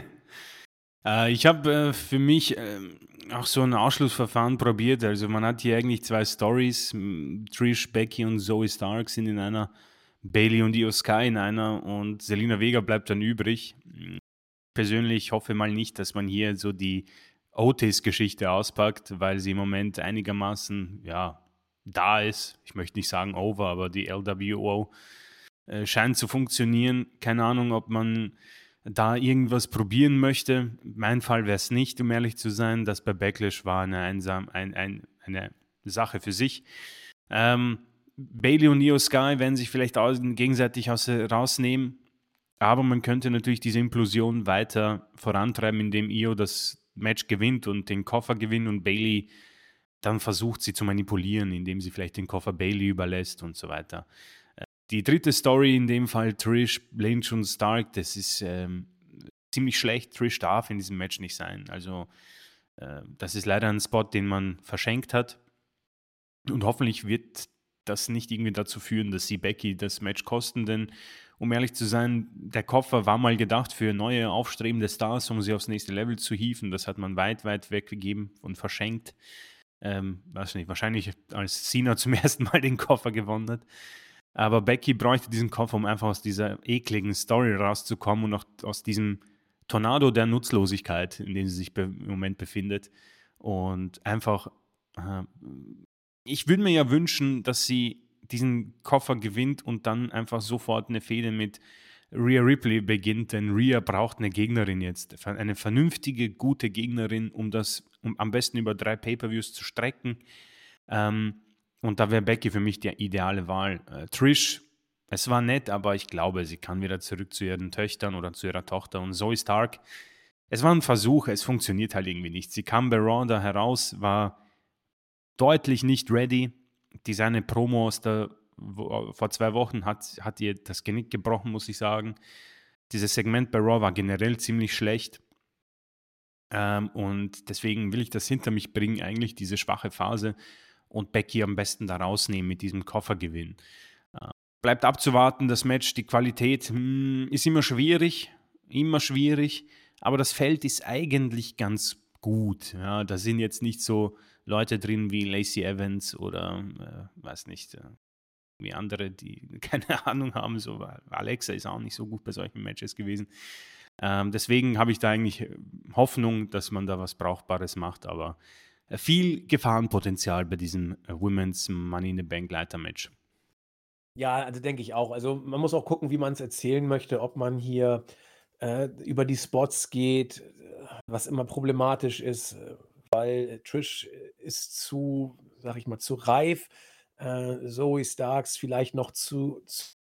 Äh, ich habe, äh, für mich, ähm, auch so 'n Ausschlussverfahren probiert. Also, man hat hier eigentlich zwei Storys, hm, Trish, Becky und Zoey Stark sind in einer, Bayley und Io Sky in einer und Zelina Vega bleibt dann übrig. Hm, persönlich hoffe mal nicht, dass man hier so die Otis-Geschichte auspackt, weil sie im Moment einigermaßen, ja, da ist. Ich möchte nicht sagen over, aber die L W O, äh, scheint zu funktionieren. Keine Ahnung, ob man da irgendwas probieren möchte. Mein Fall wäre es nicht, um ehrlich zu sein. Das bei Backlash war eine einsam ein ein eine Sache für sich. Ähm, Bayley und Io Sky werden sich vielleicht aus gegenseitig aus äh, rausnehmen, aber man könnte natürlich diese Implosion weiter vorantreiben, indem Io das Match gewinnt und den Koffer gewinnt und Bayley dann versucht, sie zu manipulieren, indem sie vielleicht den Koffer Bayley überlässt und so weiter. Äh, die dritte Story, in dem Fall Trish, Lynch und Stark, das ist, ähm, ziemlich schlecht. Trish darf in diesem Match nicht sein. Also, äh, das ist leider ein Spot, den man verschenkt hat. Und hoffentlich wird das nicht irgendwie dazu führen, dass sie Becky das Match kosten, denn um ehrlich zu sein, der Koffer war mal gedacht für neue aufstrebende Stars, um sie aufs nächste Level zu hieven. Das hat man weit, weit weggegeben und verschenkt. Ähm, weiß nicht, wahrscheinlich als Cena zum ersten Mal den Koffer gewonnen hat. Aber Becky bräuchte diesen Koffer, um einfach aus dieser ekligen Story rauszukommen und auch aus diesem Tornado der Nutzlosigkeit, in dem sie sich be im Moment befindet. Und einfach, äh, ich würde mir ja wünschen, dass sie diesen Koffer gewinnt und dann einfach sofort eine Fehde mit Rhea Ripley beginnt, denn Rhea braucht eine Gegnerin jetzt. Eine vernünftige, gute Gegnerin, um das um am besten über drei Pay-per-Views zu strecken. Ähm, und da wäre Becky für mich die ideale Wahl. Äh, Trish, es war nett, aber ich glaube, sie kann wieder zurück zu ihren Töchtern oder zu ihrer Tochter. Und Zoe Stark, es war ein Versuch, es funktioniert halt irgendwie nicht. Sie kam bei Raw da heraus, war deutlich nicht ready. Die seine Promo aus der, wo, vor zwei Wochen hat, hat ihr das Genick gebrochen, muss ich sagen. Dieses Segment bei Raw war generell ziemlich schlecht. Ähm, und deswegen will ich das hinter mich bringen, eigentlich diese schwache Phase und Becky am besten da rausnehmen mit diesem Koffergewinn. Äh, bleibt abzuwarten, das Match, die Qualität hm, ist immer schwierig, immer schwierig, aber das Feld ist eigentlich ganz gut. Ja, da sind jetzt nicht so Leute drin wie Lacey Evans oder, äh, weiß nicht, äh, wie andere, die keine Ahnung haben. So, Alexa ist auch nicht so gut bei solchen Matches gewesen. Ähm, deswegen habe ich da eigentlich äh, Hoffnung, dass man da was Brauchbares macht, aber äh, viel Gefahrenpotenzial bei diesem äh, Women's Money in the Bank Leitermatch. Ja, also denke ich auch. Also, man muss auch gucken, wie man's erzählen möchte, ob man hier, äh, über die Spots geht, äh, was immer problematisch ist, äh, weil Trish äh, ist zu, sage ich mal, zu reif. Äh, Zoe Starks vielleicht noch zu zu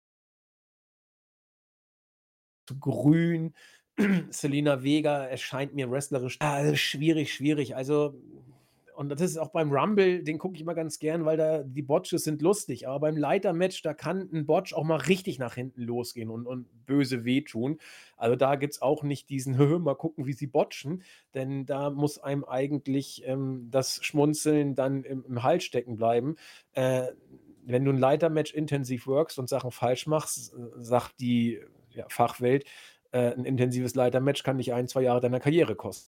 zu grün. Selena Vega erscheint mir wrestlerisch ah, schwierig, schwierig. Also und das ist auch beim Rumble, den gucke ich immer ganz gern, weil da die Botches sind lustig. Aber beim Leitermatch, da kann 'n Botch auch mal richtig nach hinten losgehen und und böse wehtun. Also, da gibt's auch nicht diesen: „Mal gucken, wie sie botchen“, denn da muss einem eigentlich, ähm, das Schmunzeln dann im im Hals stecken bleiben. Äh, wenn du 'n Leitermatch intensiv workst und Sachen falsch machst, äh, sagt die, ja, Fachwelt, äh, 'n intensives Leitermatch kann dich ein, zwei Jahre deiner Karriere kosten.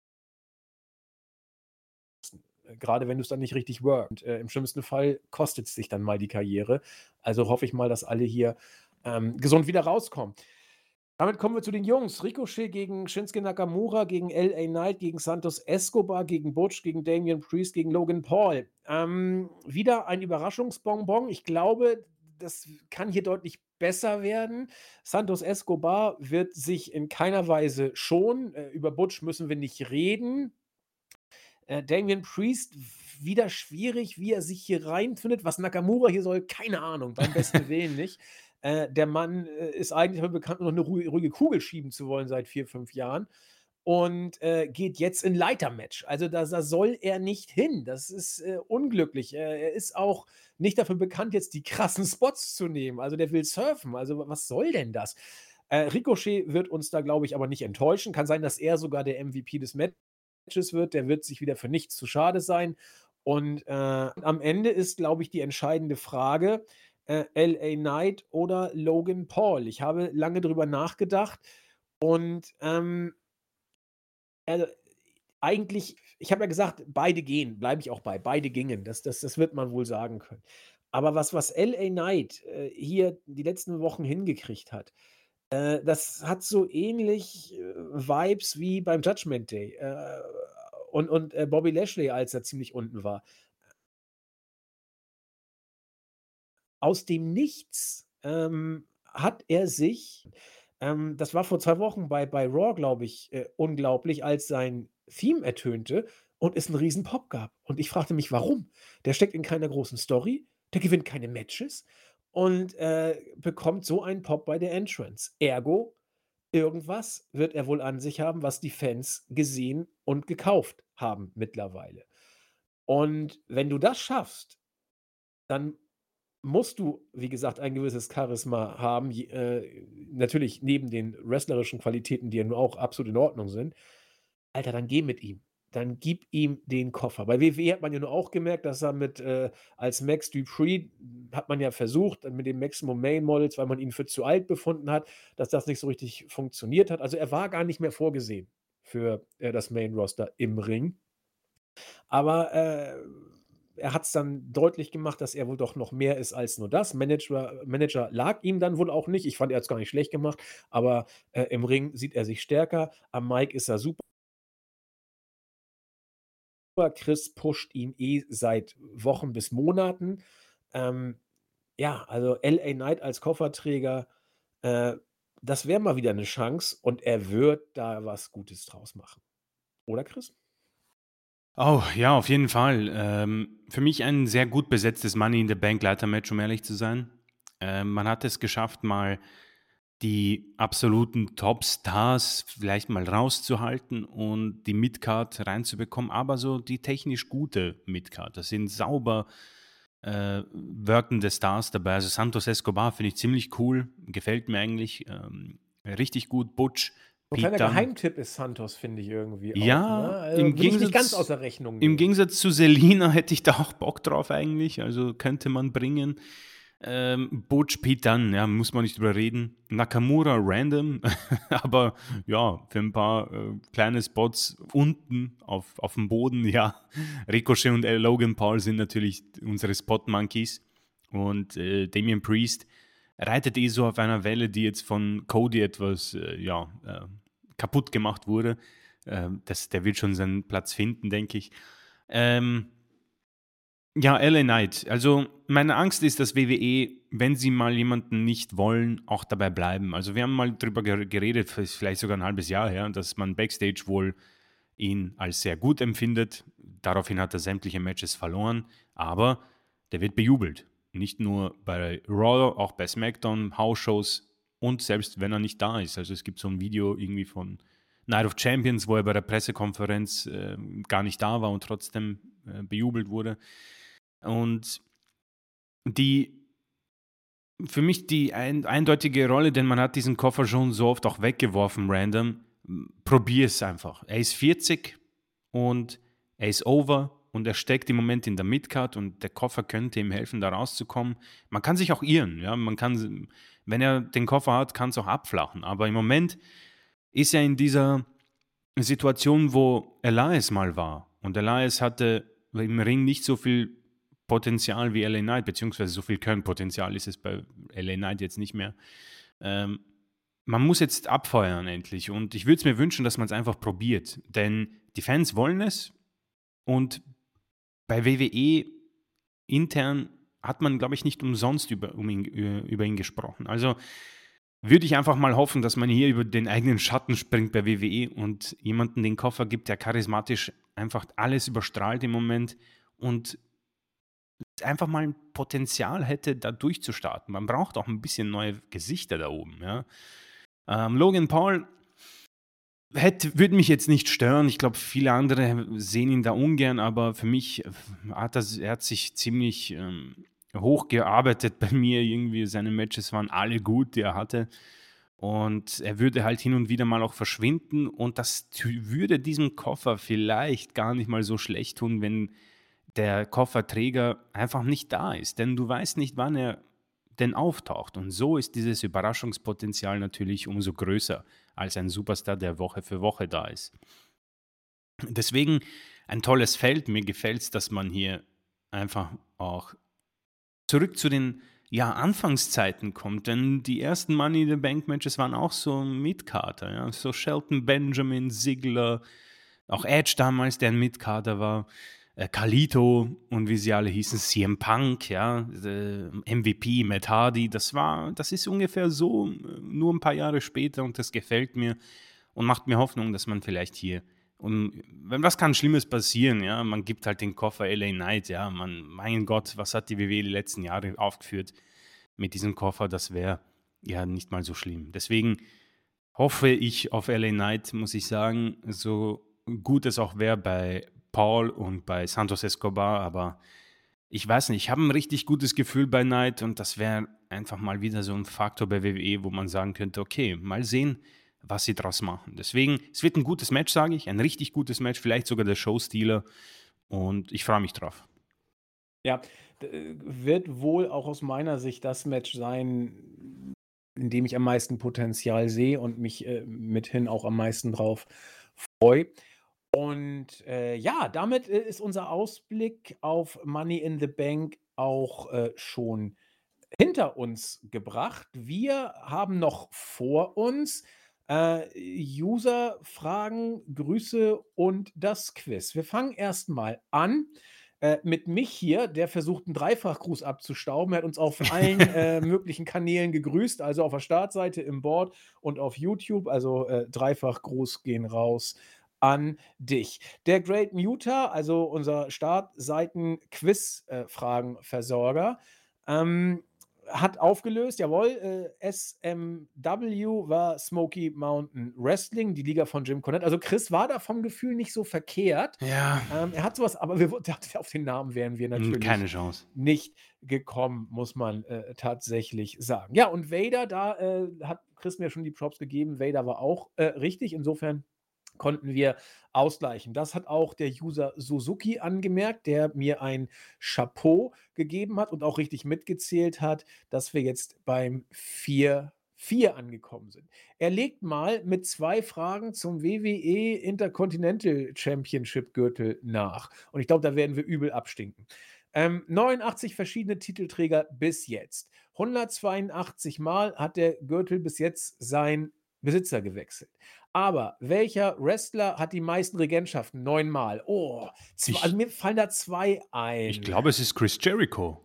Äh, grade wenn du's dann nicht richtig workt. Äh, im schlimmsten Fall kostet's dich dann mal die Karriere. Also hoffe ich mal, dass alle hier, ähm, gesund wieder rauskommen. Damit kommen wir zu den Jungs. Ricochet gegen Shinsuke Nakamura, gegen L A Knight, gegen Santos Escobar, gegen Butch, gegen Damian Priest, gegen Logan Paul. Ähm, wieder ein Überraschungsbonbon. Ich glaube, das kann hier deutlich besser werden. Santos Escobar wird sich in keiner Weise schonen. Äh, über Butch müssen wir nicht reden. Äh, Damian Priest, wieder schwierig, wie er sich hier reinfindet. Was Nakamura hier soll, keine Ahnung, beim besten Willen nicht. Äh, der Mann äh, ist eigentlich dafür bekannt, nur noch eine ruhige, ruhige Kugel schieben zu wollen seit vier, fünf Jahren. Und äh, geht jetzt in Leitermatch. Also da, da soll er nicht hin. Das ist äh, unglücklich. Äh, er ist auch nicht dafür bekannt, jetzt die krassen Spots zu nehmen. Also der will surfen. Also was soll denn das? Äh, Ricochet wird uns da, glaube ich, aber nicht enttäuschen. Kann sein, dass er sogar der M V P des Matches wird. Der wird sich wieder für nichts zu schade sein. Und äh, am Ende ist, glaube ich, die entscheidende Frage, äh, L A Knight oder Logan Paul. Ich habe lange drüber nachgedacht und ähm, also, eigentlich ich habe ja gesagt, beide gehen, bleibe ich auch bei. Beide gingen. Das das das wird man wohl sagen können. Aber was was L A Knight, äh, hier die letzten Wochen hingekriegt hat, äh, das hat so ähnlich, äh, Vibes wie beim Judgment Day, äh, und und, äh, Bobby Lashley, als er ziemlich unten war. Aus dem Nichts, ähm, hat er sich ähm, das war vor zwei Wochen bei bei Raw, glaube ich, äh, unglaublich, als sein Theme ertönte und es 'n riesen Pop gab. Und ich fragte mich: „Warum?“ Der steckt in keiner großen Story, der gewinnt keine Matches und, äh, bekommt so einen Pop bei der Entrance. Ergo, irgendwas wird er wohl an sich haben, was die Fans gesehen und gekauft haben mittlerweile. Und wenn du das schaffst, dann musst du, wie gesagt, ein gewisses Charisma haben, j äh, natürlich neben den wrestlerischen Qualitäten, die ja nun auch absolut in Ordnung sind. Alter, dann geh mit ihm. Dann gib ihm den Koffer. Bei W W E hat man ja nur auch gemerkt, dass er mit, äh als Max Dupree hat man ja versucht, mit dem Maximum Male Models, weil man ihn für zu alt befunden hat, dass das nicht so richtig funktioniert hat. Also, er war gar nicht mehr vorgesehen für, äh, das Main Roster im Ring. Aber, äh, er hat's dann deutlich gemacht, dass er wohl doch noch mehr ist als nur das. Manager Manager lag ihm dann wohl auch nicht. Ich fand, er hat's gar nicht schlecht gemacht, aber, äh, im Ring sieht er sich stärker. Am Mic ist er super. Chris pusht ihn eh seit Wochen bis Monaten. Ähm, ja, also L A Knight als Kofferträger, äh, das wäre mal wieder 'ne Chance und er wird da was Gutes draus machen. Oder, Chris? Oh, ja, auf jeden Fall. Ähm, für mich ein sehr gut besetztes Money in the Bank Leitermatch, um ehrlich zu sein. Ähm, man hat es geschafft, mal die absoluten Top-Stars vielleicht mal rauszuhalten und die Midcard reinzubekommen, aber so die technisch gute Midcard. Das sind sauber äh, wirkende Stars dabei. Also Santos Escobar finde ich ziemlich cool, gefällt mir eigentlich ähm, richtig gut. Butch, So 'n Pete kleiner Dunne. Geheimtipp ist Santos, finde ich irgendwie auch, ne? Ja, Also, im will ich nicht ganz Gegensatz außer Rechnung im nehmen. Gegensatz zu Selina hätte ich da auch Bock drauf eigentlich, also könnte man bringen. Ähm, Butch, Pete Dunne, ja, muss man nicht drüber reden. Nakamura random, aber ja, für ein paar äh, kleine Spots unten auf, auf dem Boden, ja. Ricochet und äh, Logan Paul sind natürlich unsere Spot Monkeys und äh, Damian Priest reitet eh so auf einer Welle, die jetzt von Cody etwas, äh, ja, äh, kaputt gemacht wurde. Ähm, das, der wird schon seinen Platz finden, denke ich. Ähm, ja, L A Knight. Also meine Angst ist, dass W W E, wenn sie mal jemanden nicht wollen, auch dabei bleiben. Also wir haben mal drüber ger- geredet, vielleicht sogar ein halbes Jahr her, dass man Backstage wohl ihn als sehr gut empfindet. Daraufhin hat er sämtliche Matches verloren, aber der wird bejubelt. Nicht nur bei Raw, auch bei SmackDown, House-Shows und selbst wenn er nicht da ist. Also es gibt so ein Video irgendwie von Night of Champions, wo er bei der Pressekonferenz äh, gar nicht da war und trotzdem äh, bejubelt wurde. Und die für mich die ein, eindeutige Rolle, denn man hat diesen Koffer schon so oft auch weggeworfen, random. Probier es einfach. Er ist vierzig und er ist over und er steckt im Moment in der Midcard und der Koffer könnte ihm helfen, da rauszukommen. Man kann sich auch irren, ja, man kann, wenn er den Koffer hat, kann es auch abflachen, aber im Moment ist er in dieser Situation, wo Elias mal war und Elias hatte im Ring nicht so viel Potenzial wie L A Knight, beziehungsweise so viel Kernpotenzial ist es bei L A Knight jetzt nicht mehr. Ähm, man muss jetzt abfeuern endlich und ich würde es mir wünschen, dass man es einfach probiert, denn die Fans wollen es und bei W W E intern hat man, glaube ich, nicht umsonst über um ihn äh, über ihn gesprochen. Also, würde ich einfach mal hoffen, dass man hier über den eigenen Schatten springt bei W W E und jemanden den Koffer gibt, der charismatisch einfach alles überstrahlt im Moment und einfach mal ein Potenzial hätte, da durchzustarten. Man braucht auch ein bisschen neue Gesichter da oben, ja. Ähm, Logan Paul hätte würde mich jetzt nicht stören. Ich glaube, viele andere sehen ihn da ungern, aber für mich, äh, hat das er hat sich ziemlich, ähm, hochgearbeitet bei mir irgendwie. Seine Matches waren alle gut, die er hatte. Und er würde halt hin und wieder mal auch verschwinden und das tü würde diesem Koffer vielleicht gar nicht mal so schlecht tun, wenn der Kofferträger einfach nicht da ist, denn du weißt nicht, wann er denn auftaucht. Und so ist dieses Überraschungspotenzial natürlich umso größer als ein Superstar, der Woche für Woche da ist. Deswegen ein tolles Feld. Mir gefällt es, dass man hier einfach auch zurück zu den ja, Anfangszeiten kommt, denn die ersten Money in the Bank Matches waren auch so Mitkader, ja, so Shelton Benjamin, Ziggler, auch Edge damals, der ein Mitkader war, äh, Carlito und wie sie alle hießen, C M Punk, ja, äh, M V P, Matt Hardy, das war, das ist ungefähr so, äh, nur ein paar Jahre später und das gefällt mir und macht mir Hoffnung, dass man vielleicht hier und wenn was kann Schlimmes passieren, ja, man gibt halt den Koffer L A Knight, ja, man, mein Gott, was hat die W W E die letzten Jahre aufgeführt mit diesem Koffer, das wäre ja nicht mal so schlimm. Deswegen hoffe ich auf L A Knight, muss ich sagen, so gut es auch wäre bei Paul und bei Santos Escobar, aber ich weiß nicht, ich habe ein richtig gutes Gefühl bei Knight und das wäre einfach mal wieder so ein Faktor bei W W E, wo man sagen könnte, okay, mal sehen, was sie draus machen. Deswegen, es wird ein gutes Match, sage ich, ein richtig gutes Match, vielleicht sogar der Showstealer und ich freue mich drauf. Ja, d äh, wird wohl auch aus meiner Sicht das Match sein, in dem ich am meisten Potenzial sehe und mich, äh, mithin auch am meisten drauf freue. Und, äh, ja, damit, äh, ist unser Ausblick auf Money in the Bank auch, äh, schon hinter uns gebracht. Wir haben noch vor uns, äh, User-Fragen, Grüße und das Quiz. Wir fangen erst mal an, äh, mit Mich hier, der versucht, 'n Dreifachgruß abzustauben. Er hat uns auf allen, äh, möglichen Kanälen gegrüßt, also auf der Startseite, im Board und auf YouTube. Also, äh, Dreifachgruß gehen raus an dich. Der Great Muta, also unser Startseiten-Quiz äh, Fragenversorger, ähm, hat aufgelöst, jawohl, äh, S M W war Smoky Mountain Wrestling, die Liga von Jim Cornette. Also, Chris war da vom Gefühl nicht so verkehrt. Ja, Ähm, er hat so was aber wir w auf den Namen wären wir hm, natürlich keine Chance. nicht gekommen, muss man, äh, tatsächlich sagen. Ja, und Vader, da, äh, hat Chris mir schon die Props gegeben. Vader war auch, äh, richtig. Insofern konnten wir ausgleichen. Das hat auch der User Suzuki angemerkt, der mir ein Chapeau gegeben hat und auch richtig mitgezählt hat, dass wir jetzt beim vier vier angekommen sind. Er legt mal mit zwei Fragen zum W W E Intercontinental Championship Gürtel nach. Und ich glaube, da werden wir übel abstinken. Ähm, neunundachtzig verschiedene Titelträger bis jetzt. hundertzweiundachtzig Mal hat der Gürtel bis jetzt seinen Besitzer gewechselt. Aber welcher Wrestler hat die meisten Regentschaften? Neunmal. Oh, zw also Ich mir fallen da zwei ich ein. glaube, es ist Chris Jericho.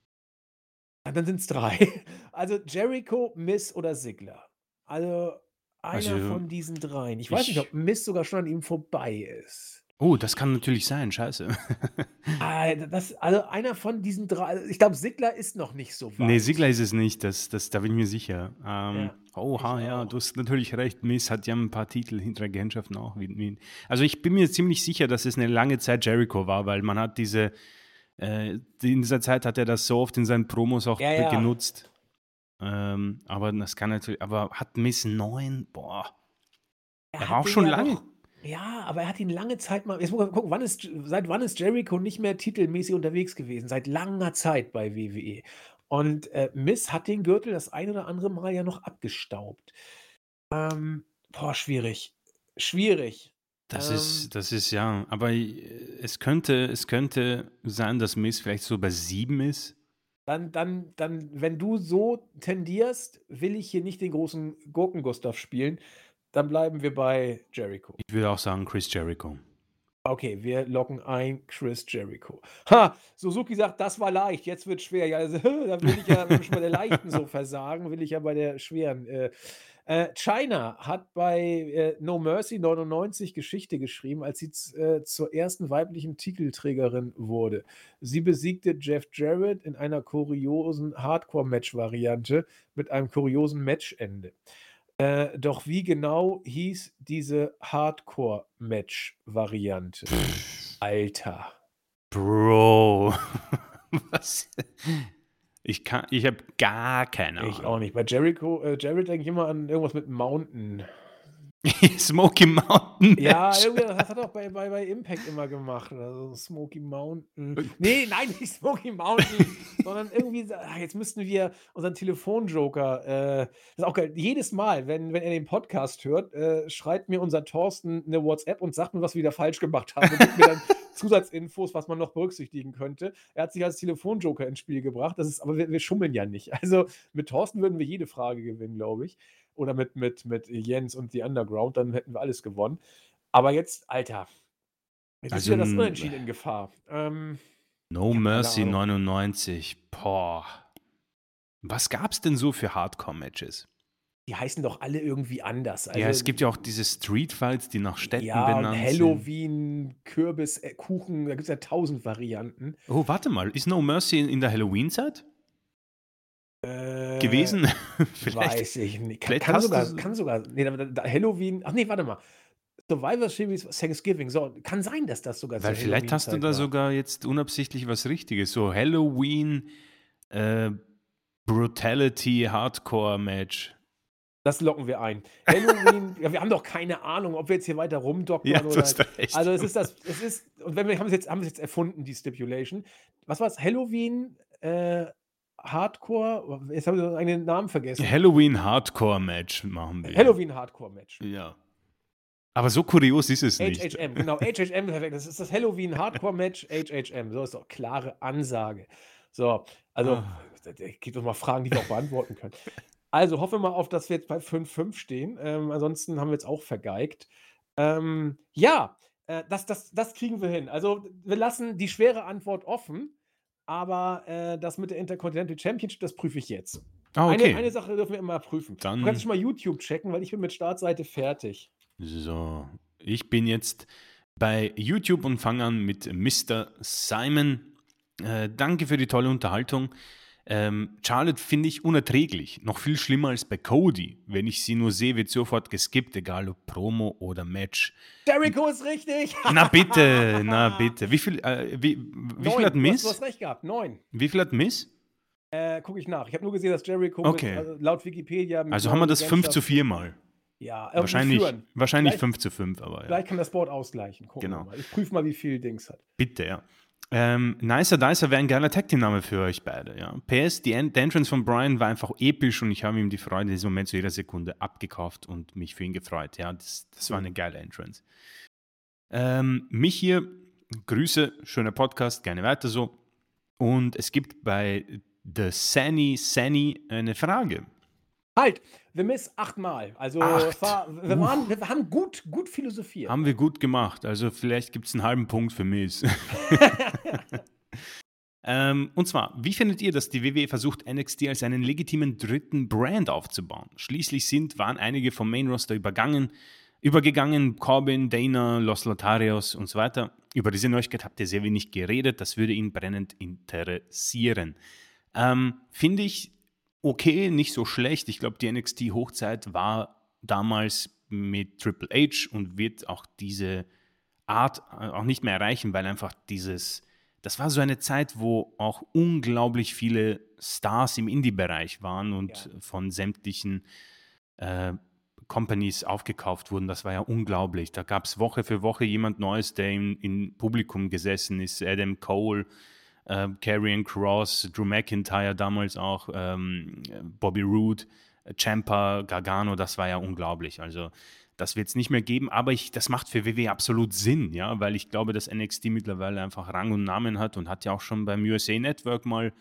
Ah, dann sind's drei. Also Jericho, Miz oder Ziggler. Also einer Also, von diesen dreien. Ich weiß nicht, ich ob Miz sogar schon an ihm vorbei ist. oh, das kann natürlich sein, scheiße. Ah, das also einer von diesen drei. Also ich glaube, Ziggler ist noch nicht so Ne, Sigler weit. ist es nicht, das das da bin ich mir sicher. Ähm, Ja, ich oha, ja, du auch. hast natürlich recht, Miz hat ja 'n paar Titel hinter Regentschaften auch wie wie also, ich bin mir ziemlich sicher, dass es 'ne lange Zeit Jericho war, weil man hat diese äh, in dieser Zeit hat er das so oft in seinen Promos auch Ja, be ja. genutzt. Ähm, aber das kann natürlich aber hat Miz neun? Boah, Er er war hat auch den schon ja lang doch ja, aber er hat ihn lange Zeit mal jetzt muss man gucken, wann ist J seit wann ist Jericho nicht mehr titelmäßig unterwegs gewesen? Seit langer Zeit bei W W E. Und, äh, Miz hat den Gürtel das ein oder andere Mal ja noch abgestaubt. Ähm, boah, schwierig. Schwierig. das Ähm, ist das ist ja aber, äh, es könnte es könnte sein, dass Miz vielleicht so bei sieben ist. Dann dann dann wenn du so tendierst, will ich hier nicht den großen Gurken-Gustav spielen. Dann bleiben wir bei Jericho. Ich würde auch sagen Chris Jericho. Okay, wir loggen ein Chris Jericho. Ha, Suzuki sagt, das war leicht, jetzt wird's schwer. Ja, also, da will ich ja, wenn wir schon bei der leichten so versagen, will ich ja bei der schweren. Äh, äh, Chyna hat bei äh, No Mercy neunundneunzig Geschichte geschrieben, als sie z äh, zur ersten weiblichen Titelträgerin wurde. Sie besiegte Jeff Jarrett in einer kuriosen Hardcore-Match-Variante mit einem kuriosen Matchende. Äh, doch wie genau hieß diese Hardcore-Match-Variante? Alter. Bro. Was? Ich kann ich habe gar keine Ich auch Ahnung. nicht. Bei Jericho äh, Jarrett denke ich immer an irgendwas mit Mountain. Smoky Mountain Ja, Match. irgendwie, das hat er auch bei bei bei Impact immer gemacht, also Smoky Mountain. Ne, nein, nicht Smoky Mountain, sondern irgendwie so ah, jetzt müssten wir unseren Telefonjoker, äh das ist auch geil. Jedes Mal, wenn wenn er den Podcast hört, äh, schreibt mir unser Thorsten 'ne WhatsApp und sagt mir, was wir wieder falsch gemacht haben und gibt mir dann Zusatzinfos, was man noch berücksichtigen könnte. Er hat sich als Telefonjoker ins Spiel gebracht. Das ist aber wir wir schummeln ja nicht. Also, mit Thorsten würden wir jede Frage gewinnen, glaube ich. Oder mit mit mit Jens und The Underground, dann hätten wir alles gewonnen. Aber jetzt, Alter, jetzt ist Also wieder das 'n Unentschieden in Gefahr. Ähm, No ich habe keine Mercy Ahnung. neunundneunzig. Boah. Was gab's denn so für Hardcore-Matches? Die heißen doch alle irgendwie anders. Ja, Also, es gibt ja auch diese Street-Fights, die nach Städten ja, und benannt sind. Halloween, Kürbis, äh, Kuchen, da gibt's ja tausend Varianten. Oh, warte mal, ist No Mercy in in der Halloween-Zeit Äh, gewesen? Vielleicht weiß ich nicht. Ka vielleicht kann hast sogar du's kann sogar ne, da da Halloween ach ne, warte mal. Survivor Series Thanksgiving. So, kann sein, dass das sogar weil zur vielleicht hast du Halloween-Zeit da war. sogar jetzt unabsichtlich was Richtiges, so Halloween, äh, Brutality Hardcore Match. Das locken wir ein. Halloween, ja, wir haben doch keine Ahnung, ob wir jetzt hier weiter Ja, rumdoktern du oder hast recht. also, es ist das es ist und wenn wir haben es jetzt haben es jetzt erfunden, die Stipulation. Was war's? Halloween, äh, Hardcore jetzt habe ich den eigenen Namen vergessen. Halloween Hardcore Match machen wir. Halloween Hardcore Match. Ja. Aber so kurios ist es nicht. H H M, genau, H H M, perfekt. Das ist das Halloween Hardcore Match H H M. So ist doch klare Ansage. So, also, Ah. äh, gibt doch mal Fragen, die wir auch beantworten können. Also, hoffen wir mal auf, dass wir jetzt bei fünf fünf stehen. Ähm, ansonsten haben wir jetzt auch vergeigt. Ähm, ja, äh, das das das kriegen wir hin. Also, wir lassen die schwere Antwort offen, aber, äh, das mit der Intercontinental Championship, das prüfe ich jetzt. Ah, Eine okay. eine Sache dürfen wir immer prüfen. Du kannst Dann schon mal YouTube checken, weil ich bin mit Startseite fertig. so, ich bin jetzt bei YouTube und fange an mit Mister Simon. Äh, danke für die tolle Unterhaltung. Ähm, Charlotte finde ich unerträglich. Noch viel schlimmer als bei Cody. Wenn ich sie nur sehe, wird sofort geskippt, egal ob Promo oder Match. Jericho ist richtig! Na bitte, na bitte. Wie viel, äh, wie, wie viel hat neun. Du hast du Miss? hast recht gehabt, neun. Wie viel hat Miss? Äh, gucke ich nach. Ich habe nur gesehen, dass Jericho mit Okay. also, laut Wikipedia mit Also haben wir neun das fünf zu Regentschaft vier mal. ja, äh, wir Wahrscheinlich, führen. wahrscheinlich Vielleicht fünf zu fünf, aber ja. vielleicht kann das Board ausgleichen. Gucken wir Genau. mal. Ich prüfe mal, wie viel Dings hat. Bitte, ja. Ähm, Nicer Dicer wäre ein geiler Tag-Team-Name für euch beide, ja. P S, die En- der Entrance von Brian war einfach episch und ich habe ihm die Freude in diesem Moment zu jeder Sekunde abgekauft und mich für ihn gefreut. Ja, das, das war eine geile Entrance. Ähm, mich hier, Grüße, schöner Podcast, gerne weiter so. Und es gibt bei The Sani Sani eine Frage. Halt! Wir miss achtmal. Also, Acht. es war wir Uff. waren wir haben gut gut philosophiert, Haben ne? wir gut gemacht. Also vielleicht gibt es einen halben Punkt für mich. ähm, und zwar, wie findet ihr, dass die W W E versucht, N X T als einen legitimen dritten Brand aufzubauen? Schließlich sind, waren einige vom Main-Roster übergangen, übergegangen, Corbin, Dana, Los Lotharios und so weiter. Über diese Neuigkeit habt ihr sehr wenig geredet. Das würde ihn brennend interessieren. Ähm, Finde ich okay, nicht so schlecht. Ich glaube, die N X T-Hochzeit war damals mit Triple H und wird auch diese Art auch nicht mehr erreichen, weil einfach dieses, das war so eine Zeit, wo auch unglaublich viele Stars im Indie-Bereich waren und Ja. von sämtlichen äh, Companies aufgekauft wurden. Das war ja unglaublich. Da gab es Woche für Woche jemand Neues, der im, im Publikum gesessen ist. Adam Cole, äh, Karrion Kross, Drew McIntyre damals auch, ähm, Bobby Roode, Ciampa, Gargano, das war ja unglaublich. Also das wird es nicht mehr geben, aber ich, das macht für W W E absolut Sinn, ja, weil ich glaube, dass N X T mittlerweile einfach Rang und Namen hat und hat ja auch schon beim U S A Network mal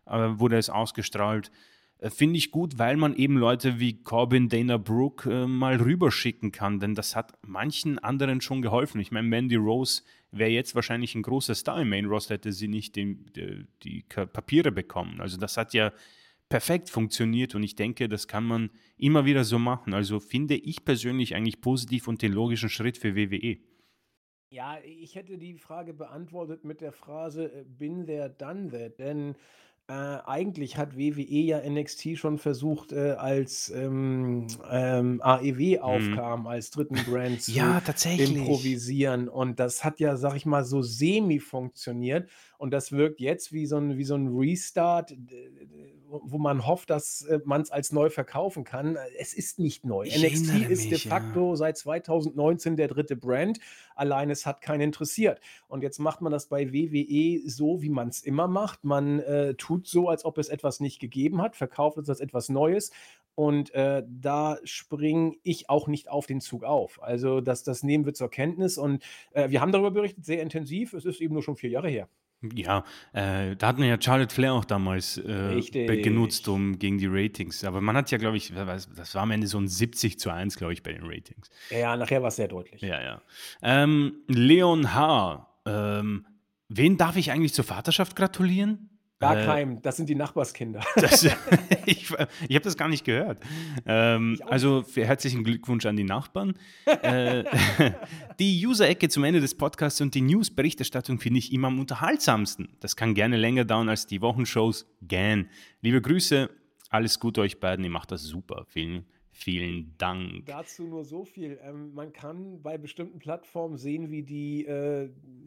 äh, wurde es ausgestrahlt. Äh, Finde ich gut, weil man eben Leute wie Corbin, Dana Brooke äh, mal rüberschicken kann, denn das hat manchen anderen schon geholfen. Ich meine, Mandy Rose wäre jetzt wahrscheinlich ein großer Star im Main Roster, hätte sie nicht den, die, die Papiere bekommen. Also das hat ja perfekt funktioniert und ich denke, das kann man immer wieder so machen. Also finde ich persönlich eigentlich positiv und den logischen Schritt für W W E. Ja, ich hätte die Frage beantwortet mit der Phrase äh, "Been there, done that", denn äh, eigentlich hat W W E ja N X T schon versucht, äh, als ähm, ähm, A E W Hm. aufkam, als dritten Brand zu Ja, tatsächlich. improvisieren. Und das hat ja, sag ich mal, so semi funktioniert. Und das wirkt jetzt wie so ein, wie so ein Restart, d- wo wo man hofft, dass äh, man es als neu verkaufen kann. Es ist nicht neu. Ich N X T erinnere ist de mich, ja. facto seit zweitausendneunzehn der dritte Brand. Allein es hat keinen interessiert. Und jetzt macht man das bei W W E so, wie man es immer macht. Man äh, tut so, als ob es etwas nicht gegeben hat, verkauft es als etwas Neues. Und äh, da springe ich auch nicht auf den Zug auf. Also das, das nehmen wir zur Kenntnis. Und äh, wir haben darüber berichtet, sehr intensiv. Es ist eben nur schon vier Jahre her. Ja, äh, da hat man ja Charlotte Flair auch damals äh, be- genutzt, Richtig. um gegen die Ratings. Aber man hat ja, glaube ich, wer weiß, das war am Ende so ein siebzig zu eins, glaube ich, bei den Ratings. Ja, nachher war es sehr deutlich. Ja, ja. Ähm, Leon H. Ähm, wen darf ich eigentlich zur Vaterschaft gratulieren? Gar Äh, keinem. Das sind die Nachbarskinder. das, ich ich habe das gar nicht gehört. Ähm, Ich auch also für herzlichen Glückwunsch an die Nachbarn. äh, die User-Ecke zum Ende des Podcasts und die News-Berichterstattung finde ich immer am unterhaltsamsten. Das kann gerne länger dauern als die Wochenshows. Gern. Liebe Grüße, alles Gute euch beiden, ihr macht das super. Vielen, vielen Dank. Dazu nur so viel. Ähm, man kann bei bestimmten Plattformen sehen, wie die äh,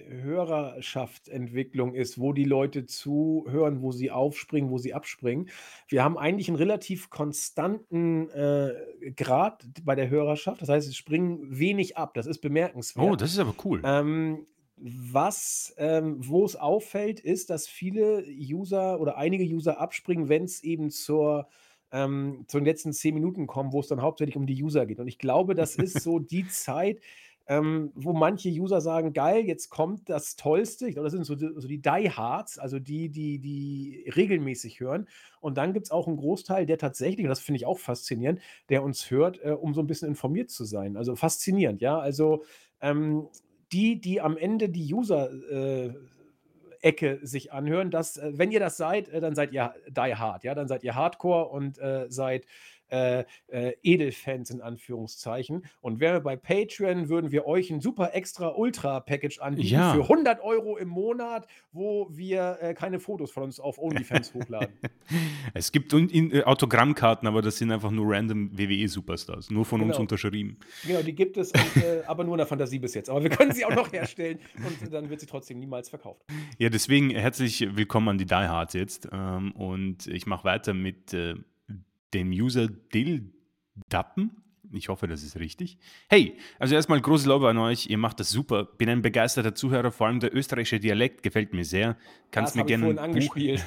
Hörerschaftsentwicklung ist, wo die Leute zuhören, wo sie aufspringen, wo sie abspringen. Wir haben eigentlich einen relativ konstanten äh, Grad bei der Hörerschaft. Das heißt, es springen wenig ab. Das ist Oh, bemerkenswert. das ist aber cool. Ähm, was, ähm, wo es auffällt, ist, dass viele User oder einige User abspringen, wenn es eben zur, ähm, zu den letzten zehn Minuten kommen, wo es dann hauptsächlich um die User geht. Und ich glaube, das ist so die Zeit, ähm, wo manche User sagen, geil, jetzt kommt das Tollste. Ich glaube, das sind so die, so die Diehards, also die, die, die regelmäßig hören. Und dann gibt es auch einen Großteil, der tatsächlich, und das finde ich auch faszinierend, der uns hört, äh, um so ein bisschen informiert zu sein. Also faszinierend, ja. Also ähm, die, die am Ende die User äh, Ecke sich anhören, dass, äh, wenn ihr das seid, äh, dann seid ihr die hard, ja, dann seid ihr Hardcore und äh, seid äh, äh, Edelfans in Anführungszeichen. Und wären wir bei Patreon, würden wir euch ein super extra Ultra-Package anbieten für Ja. hundert Euro im Monat, wo wir äh, keine Fotos von uns auf OnlyFans hochladen. Es gibt un- in, äh, Autogrammkarten, aber das sind einfach nur random W W E-Superstars, nur von uns Genau. unterschrieben. Genau, die gibt es, und, äh, aber nur in der Fantasie bis jetzt. Aber wir können sie auch noch herstellen und dann wird sie trotzdem niemals verkauft. Ja, deswegen herzlich willkommen an die Die Hards jetzt. Ähm, und ich mache weiter mit äh, dem User Dildappen. Ich hoffe, das ist richtig. Hey, also erstmal großes Lob an euch. Ihr macht das super. Bin ein begeisterter Zuhörer. Vor allem der österreichische Dialekt gefällt mir sehr. Kannst Das mir habe ich gerne vorhin ein Buch. angespielt.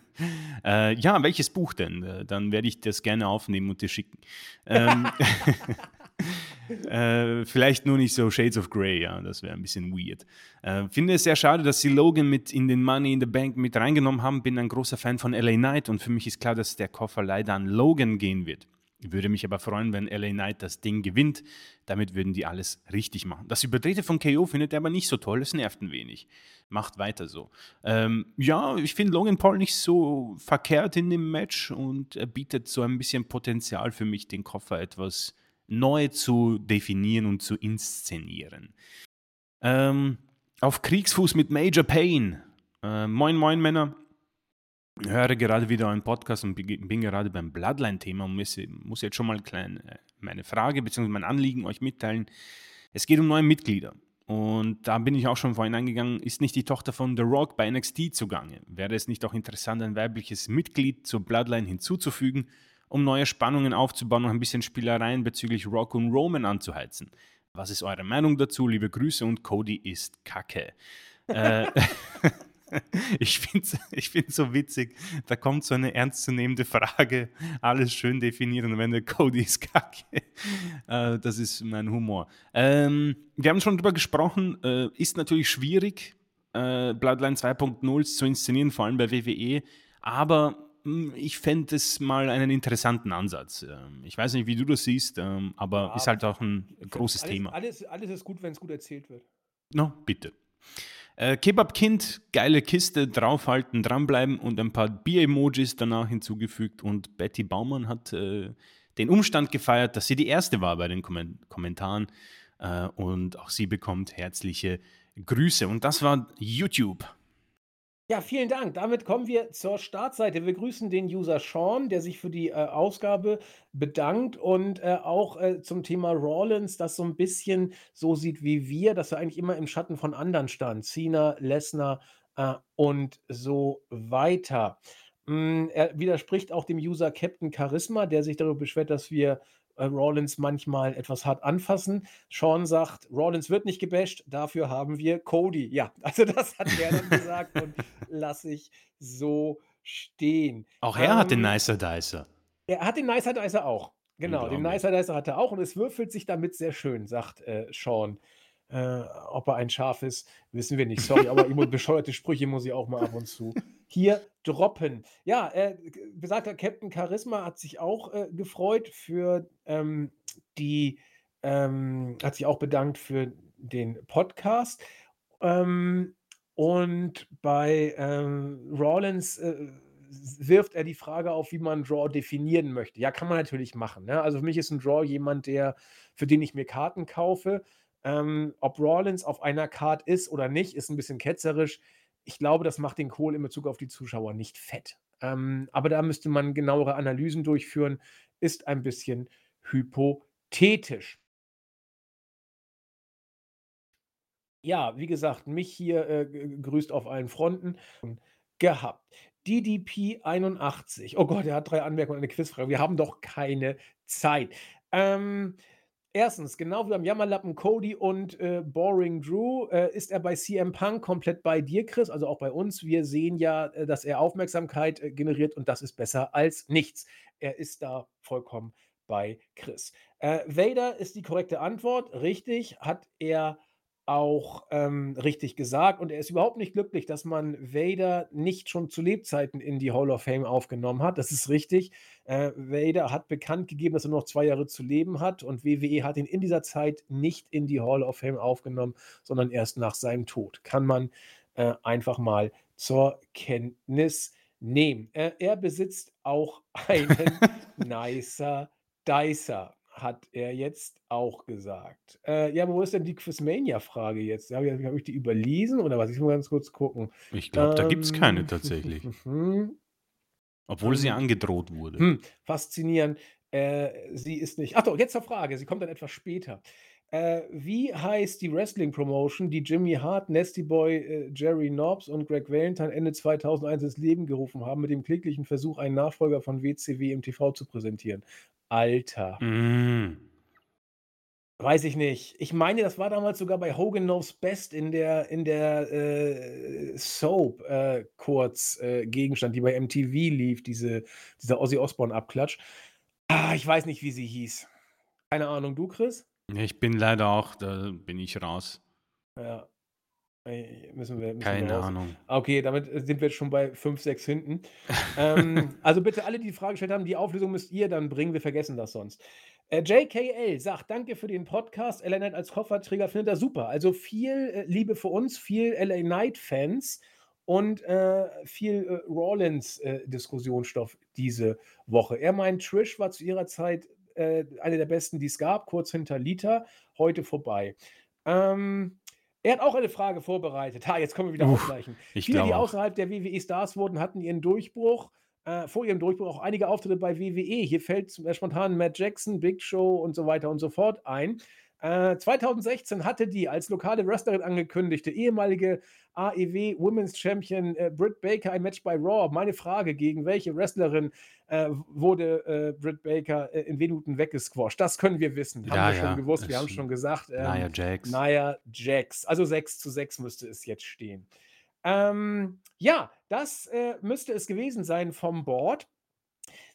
äh, ja, welches Buch denn? Äh, Dann werde ich das gerne aufnehmen und dir schicken. Ähm, äh, vielleicht nur nicht so Shades of Grey, ja, das wäre ein bisschen weird. Äh, finde es sehr schade, dass sie Logan mit in den Money in the Bank mit reingenommen haben. Bin ein großer Fan von L A Knight und für mich ist klar, dass der Koffer leider an Logan gehen wird. Würde mich aber freuen, wenn L A Knight das Ding gewinnt. Damit würden die alles richtig machen. Das Überdrehte von K O findet er aber nicht so toll, es nervt ein wenig. Macht weiter so. Ähm, ja, ich finde Logan Paul nicht so verkehrt in dem Match und er bietet so ein bisschen Potenzial für mich, den Koffer etwas neu zu definieren und zu inszenieren. Ähm, auf Kriegsfuß mit Major Payne. Äh, moin, moin, Männer. Ich höre gerade wieder einen Podcast und bin gerade beim Bloodline-Thema und muss, muss jetzt schon mal klein äh, meine Frage bzw. mein Anliegen euch mitteilen. Es geht um neue Mitglieder. Und da bin ich auch schon vorhin eingegangen, ist nicht die Tochter von The Rock bei N X T zugange? Wäre es nicht auch interessant, ein weibliches Mitglied zur Bloodline hinzuzufügen, um neue Spannungen aufzubauen und ein bisschen Spielereien bezüglich Rock und Roman anzuheizen? Was ist eure Meinung dazu? Liebe Grüße und Cody ist Kacke. äh, Ich finde es ich find's so witzig, da kommt so eine ernstzunehmende Frage, alles schön definieren und wenn der Cody ist kacke. Äh, das ist mein Humor. Ähm, wir haben schon drüber gesprochen, äh, ist natürlich schwierig, äh, Bloodline zwei Punkt null zu inszenieren, vor allem bei W W E, aber hm, ich fände es mal einen interessanten Ansatz. Ähm, ich weiß nicht, wie du das siehst, ähm, aber ist Ja, halt auch ein für großes alles Thema. alles alles ist gut, wenn es gut erzählt wird. No, bitte. Äh, Kebab-Kind, geile Kiste, draufhalten, dranbleiben und ein paar Bier-Emojis danach hinzugefügt. Und Betty Baumann hat äh, den Umstand gefeiert, dass sie die Erste war bei den Kommen Kommentaren. Äh, und auch sie bekommt herzliche Grüße. Und das war YouTube. Ja, vielen Dank. Damit kommen wir zur Startseite. Wir grüßen den User Sean, der sich für die, äh, Ausgabe bedankt und, äh, auch, äh, zum Thema Rollins das so ein bisschen so sieht wie wir, dass er eigentlich immer im Schatten von anderen stand, Cena, Lesnar, äh, und so weiter. Hm, er widerspricht auch dem User Captain Charisma, der sich darüber beschwert, dass wir, äh, Rollins manchmal etwas hart anfassen. Sean sagt: „Rollins wird nicht gebasht, dafür haben wir Cody." Ja, also das hat er dann gesagt und lasse ich so stehen. Auch er hat den Ähm, Nicer Dicer. Er hat den Nicer Dicer auch. Genau, den Unglaublich. Nicer Dicer hat er auch und es würfelt sich damit sehr schön, sagt, äh, Sean. Äh, Ob er ein Schaf ist, wissen wir nicht. Sorry, aber ich muss bescheuerte Sprüche muss ich auch mal ab und zu hier droppen. Ja, äh, g besagter Captain Charisma hat sich auch, äh, gefreut für, ähm, die ähm, hat sich auch bedankt für den Podcast. Ähm, und bei, ähm, Rawlins, äh, wirft er die Frage auf, wie man Draw definieren möchte. Ja, kann man natürlich machen, ne? Also, für mich ist 'n Draw jemand, der für den ich mir Karten kaufe. Ähm, ob Rawlins auf einer Card ist oder nicht, ist 'n bisschen ketzerisch. Ich glaube, das macht den Kohl in Bezug auf die Zuschauer nicht fett. Ähm, aber da müsste man genauere Analysen durchführen, ist ein bisschen hypothetisch. Ja, wie gesagt, mich hier, äh, g grüßt auf allen Fronten gehabt. D D P einundachtzig. Oh Gott, er hat drei Anmerkungen und eine Quizfrage. Wir haben doch keine Zeit. Ähm, erstens, genau wie beim Jammerlappen Cody und, äh, Boring Drew, äh, ist er bei C M Punk komplett bei dir, Chris, also auch bei uns. Wir sehen ja, äh, dass er Aufmerksamkeit, äh, generiert und das ist besser als nichts. Er ist da vollkommen bei Chris. Äh, Vader ist die korrekte Antwort. Richtig, hat er auch, ähm, richtig gesagt und er ist überhaupt nicht glücklich, dass man Vader nicht schon zu Lebzeiten in die Hall of Fame aufgenommen hat. Das ist richtig. Äh, Vader hat bekannt gegeben, dass er noch zwei Jahre zu leben hat und W W E hat ihn in dieser Zeit nicht in die Hall of Fame aufgenommen, sondern erst nach seinem Tod. Kann man, äh, einfach mal zur Kenntnis nehmen. Äh, er besitzt auch einen Nicer Dicer, hat er jetzt auch gesagt. Äh, ja, wo ist denn die Quizmania-Frage jetzt? Habe ich habe ich die überlesen oder was? Ich muss ganz kurz gucken. Ich glaube, da gibt's keine Ähm, tatsächlich. mhm, Obwohl sie ähm, angedroht wurde. hm, faszinierend. Äh, sie ist nicht ach doch, jetzt zur Frage, sie kommt dann etwas später. Äh, wie heißt die Wrestling-Promotion, die Jimmy Hart, Nasty Boy, äh, Jerry Nobbs und Greg Valentine Ende zweitausendeins ins Leben gerufen haben, mit dem kläglichen Versuch, einen Nachfolger von W C W im T V zu präsentieren? Alter. Hm. Weiß ich nicht. Ich meine, das war damals sogar bei Hogan Knows Best in der in der, äh, Soap, äh, kurz, äh, Gegenstand, die bei M T V lief, diese dieser Ozzy Osbourne-Abklatsch. Ah, ich weiß nicht, wie sie hieß. Keine Ahnung, du, Chris? Ja, ich bin leider auch da bin ich raus. Ja, äh, müssen wir müssen wir Keine raus. Ahnung. Ah, okay, damit, äh, sind wir jetzt schon bei fünf, sechs hinten. Ähm, also bitte alle, die die Frage gestellt haben, die Auflösung müsst ihr dann bringen, wir vergessen das sonst. Äh, J K L sagt: „Danke für den Podcast. L A Knight als Kofferträger findet er super." Also viel, äh, Liebe für uns, viel L A Knight-Fans und, äh, viel, äh, Rollins, äh, Diskussionsstoff diese Woche. Er meint, Trish war zu ihrer Zeit, äh, eine der besten, die es gab, kurz hinter Lita, heute vorbei. Ähm, Er hat auch eine Frage vorbereitet. Ha, jetzt können wir wieder Uh, ausgleichen. ich Viele, die glaube auch. außerhalb der W W E Stars wurden, hatten ihren Durchbruch äh, vor ihrem Durchbruch auch einige Auftritte bei W W E. Hier fällt zum- äh, spontan Matt Jackson, Big Show und so weiter und so fort ein. Äh, zweitausendsechzehn hatte die als lokale Wrestlerin angekündigte ehemalige A E W Women's Champion äh, Britt Baker ein Match bei Raw. Meine Frage: Gegen welche Wrestlerin äh, wurde äh, Britt Baker äh, in Minuten weggesquasht? Das können wir wissen. Haben Ja, wir schon ja, gewusst. Wir haben es es schon gesagt. Ähm, Nia Jax. Nia Jax. Also sechs zu sechs müsste es jetzt stehen. Ähm, ja, das, äh, müsste es gewesen sein vom Board.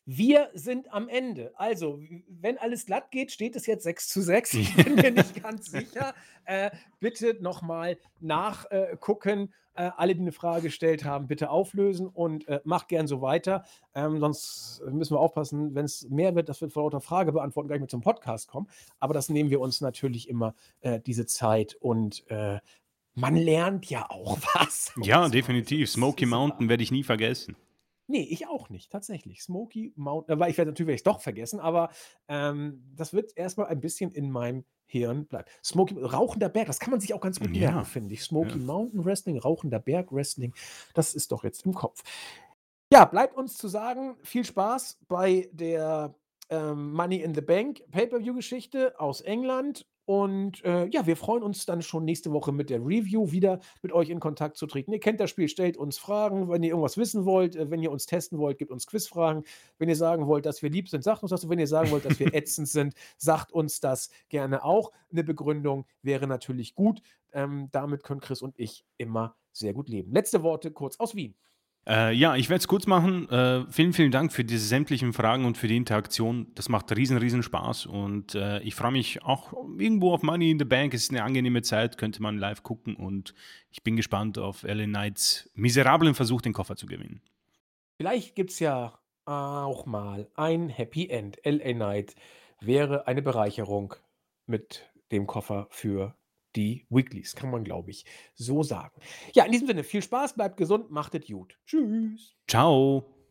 Wir sind am Ende. Also, w wenn alles glatt geht, steht es jetzt sechs zu sechs. Ich bin mir nicht ganz sicher. Äh, bitte noch mal nach äh, gucken. Äh, alle, die 'ne Frage gestellt haben, bitte auflösen und, äh, macht gern so weiter. Ähm, sonst müssen wir aufpassen, wenn's mehr wird, dass wir vor lauter Frage beantworten gar nicht mehr zum Podcast kommen. Aber das nehmen wir uns natürlich immer, äh, diese Zeit und, äh, man lernt ja auch was, Ja, um's mal so definitiv. es Smoky ist wahr. Mountain werde ich nie vergessen. Ne, ich auch nicht, tatsächlich. Smoky Mountain aber ich werde natürlich werde ich's doch vergessen, aber, ähm, das wird erst mal ein bisschen in meinem Hirn bleiben. Smoky Rauchender Berg, das kann man sich auch ganz gut merken, Ja, finde ich. Smoky ja. Mountain Wrestling, Rauchender Berg Wrestling, das ist doch jetzt im Kopf. Ja, bleibt uns zu sagen, viel Spaß bei der, ähm, Money in the Bank Pay-per-View-Geschichte aus England und, äh, ja, wir freuen uns dann schon nächste Woche mit der Review wieder mit euch in Kontakt zu treten. Ihr kennt das Spiel, stellt uns Fragen, wenn ihr irgendwas wissen wollt. Äh, wenn ihr uns testen wollt, gebt uns Quizfragen. Wenn ihr sagen wollt, dass wir lieb sind, sagt uns das. Und wenn ihr sagen wollt, dass wir ätzend sind, sagt uns das gerne auch. 'Ne Begründung wäre natürlich gut. Ähm, damit können Chris und ich immer sehr gut leben. Letzte Worte kurz aus Wien. Äh, ja, ich werde es kurz machen. Äh, vielen, vielen Dank für diese sämtlichen Fragen und für die Interaktion. Das macht riesen, riesen Spaß und, äh, ich freue mich auch irgendwo auf Money in the Bank. Es ist 'ne angenehme Zeit, könnte man live gucken und ich bin gespannt auf L A Knights miserablen Versuch, den Koffer zu gewinnen. Vielleicht gibt's ja auch mal ein Happy End. L A Knight wäre eine Bereicherung mit dem Koffer für die Weeklies, kann man, glaube ich, so sagen. Ja, in diesem Sinne, viel Spaß, bleibt gesund, macht es gut. Tschüss. Tschau.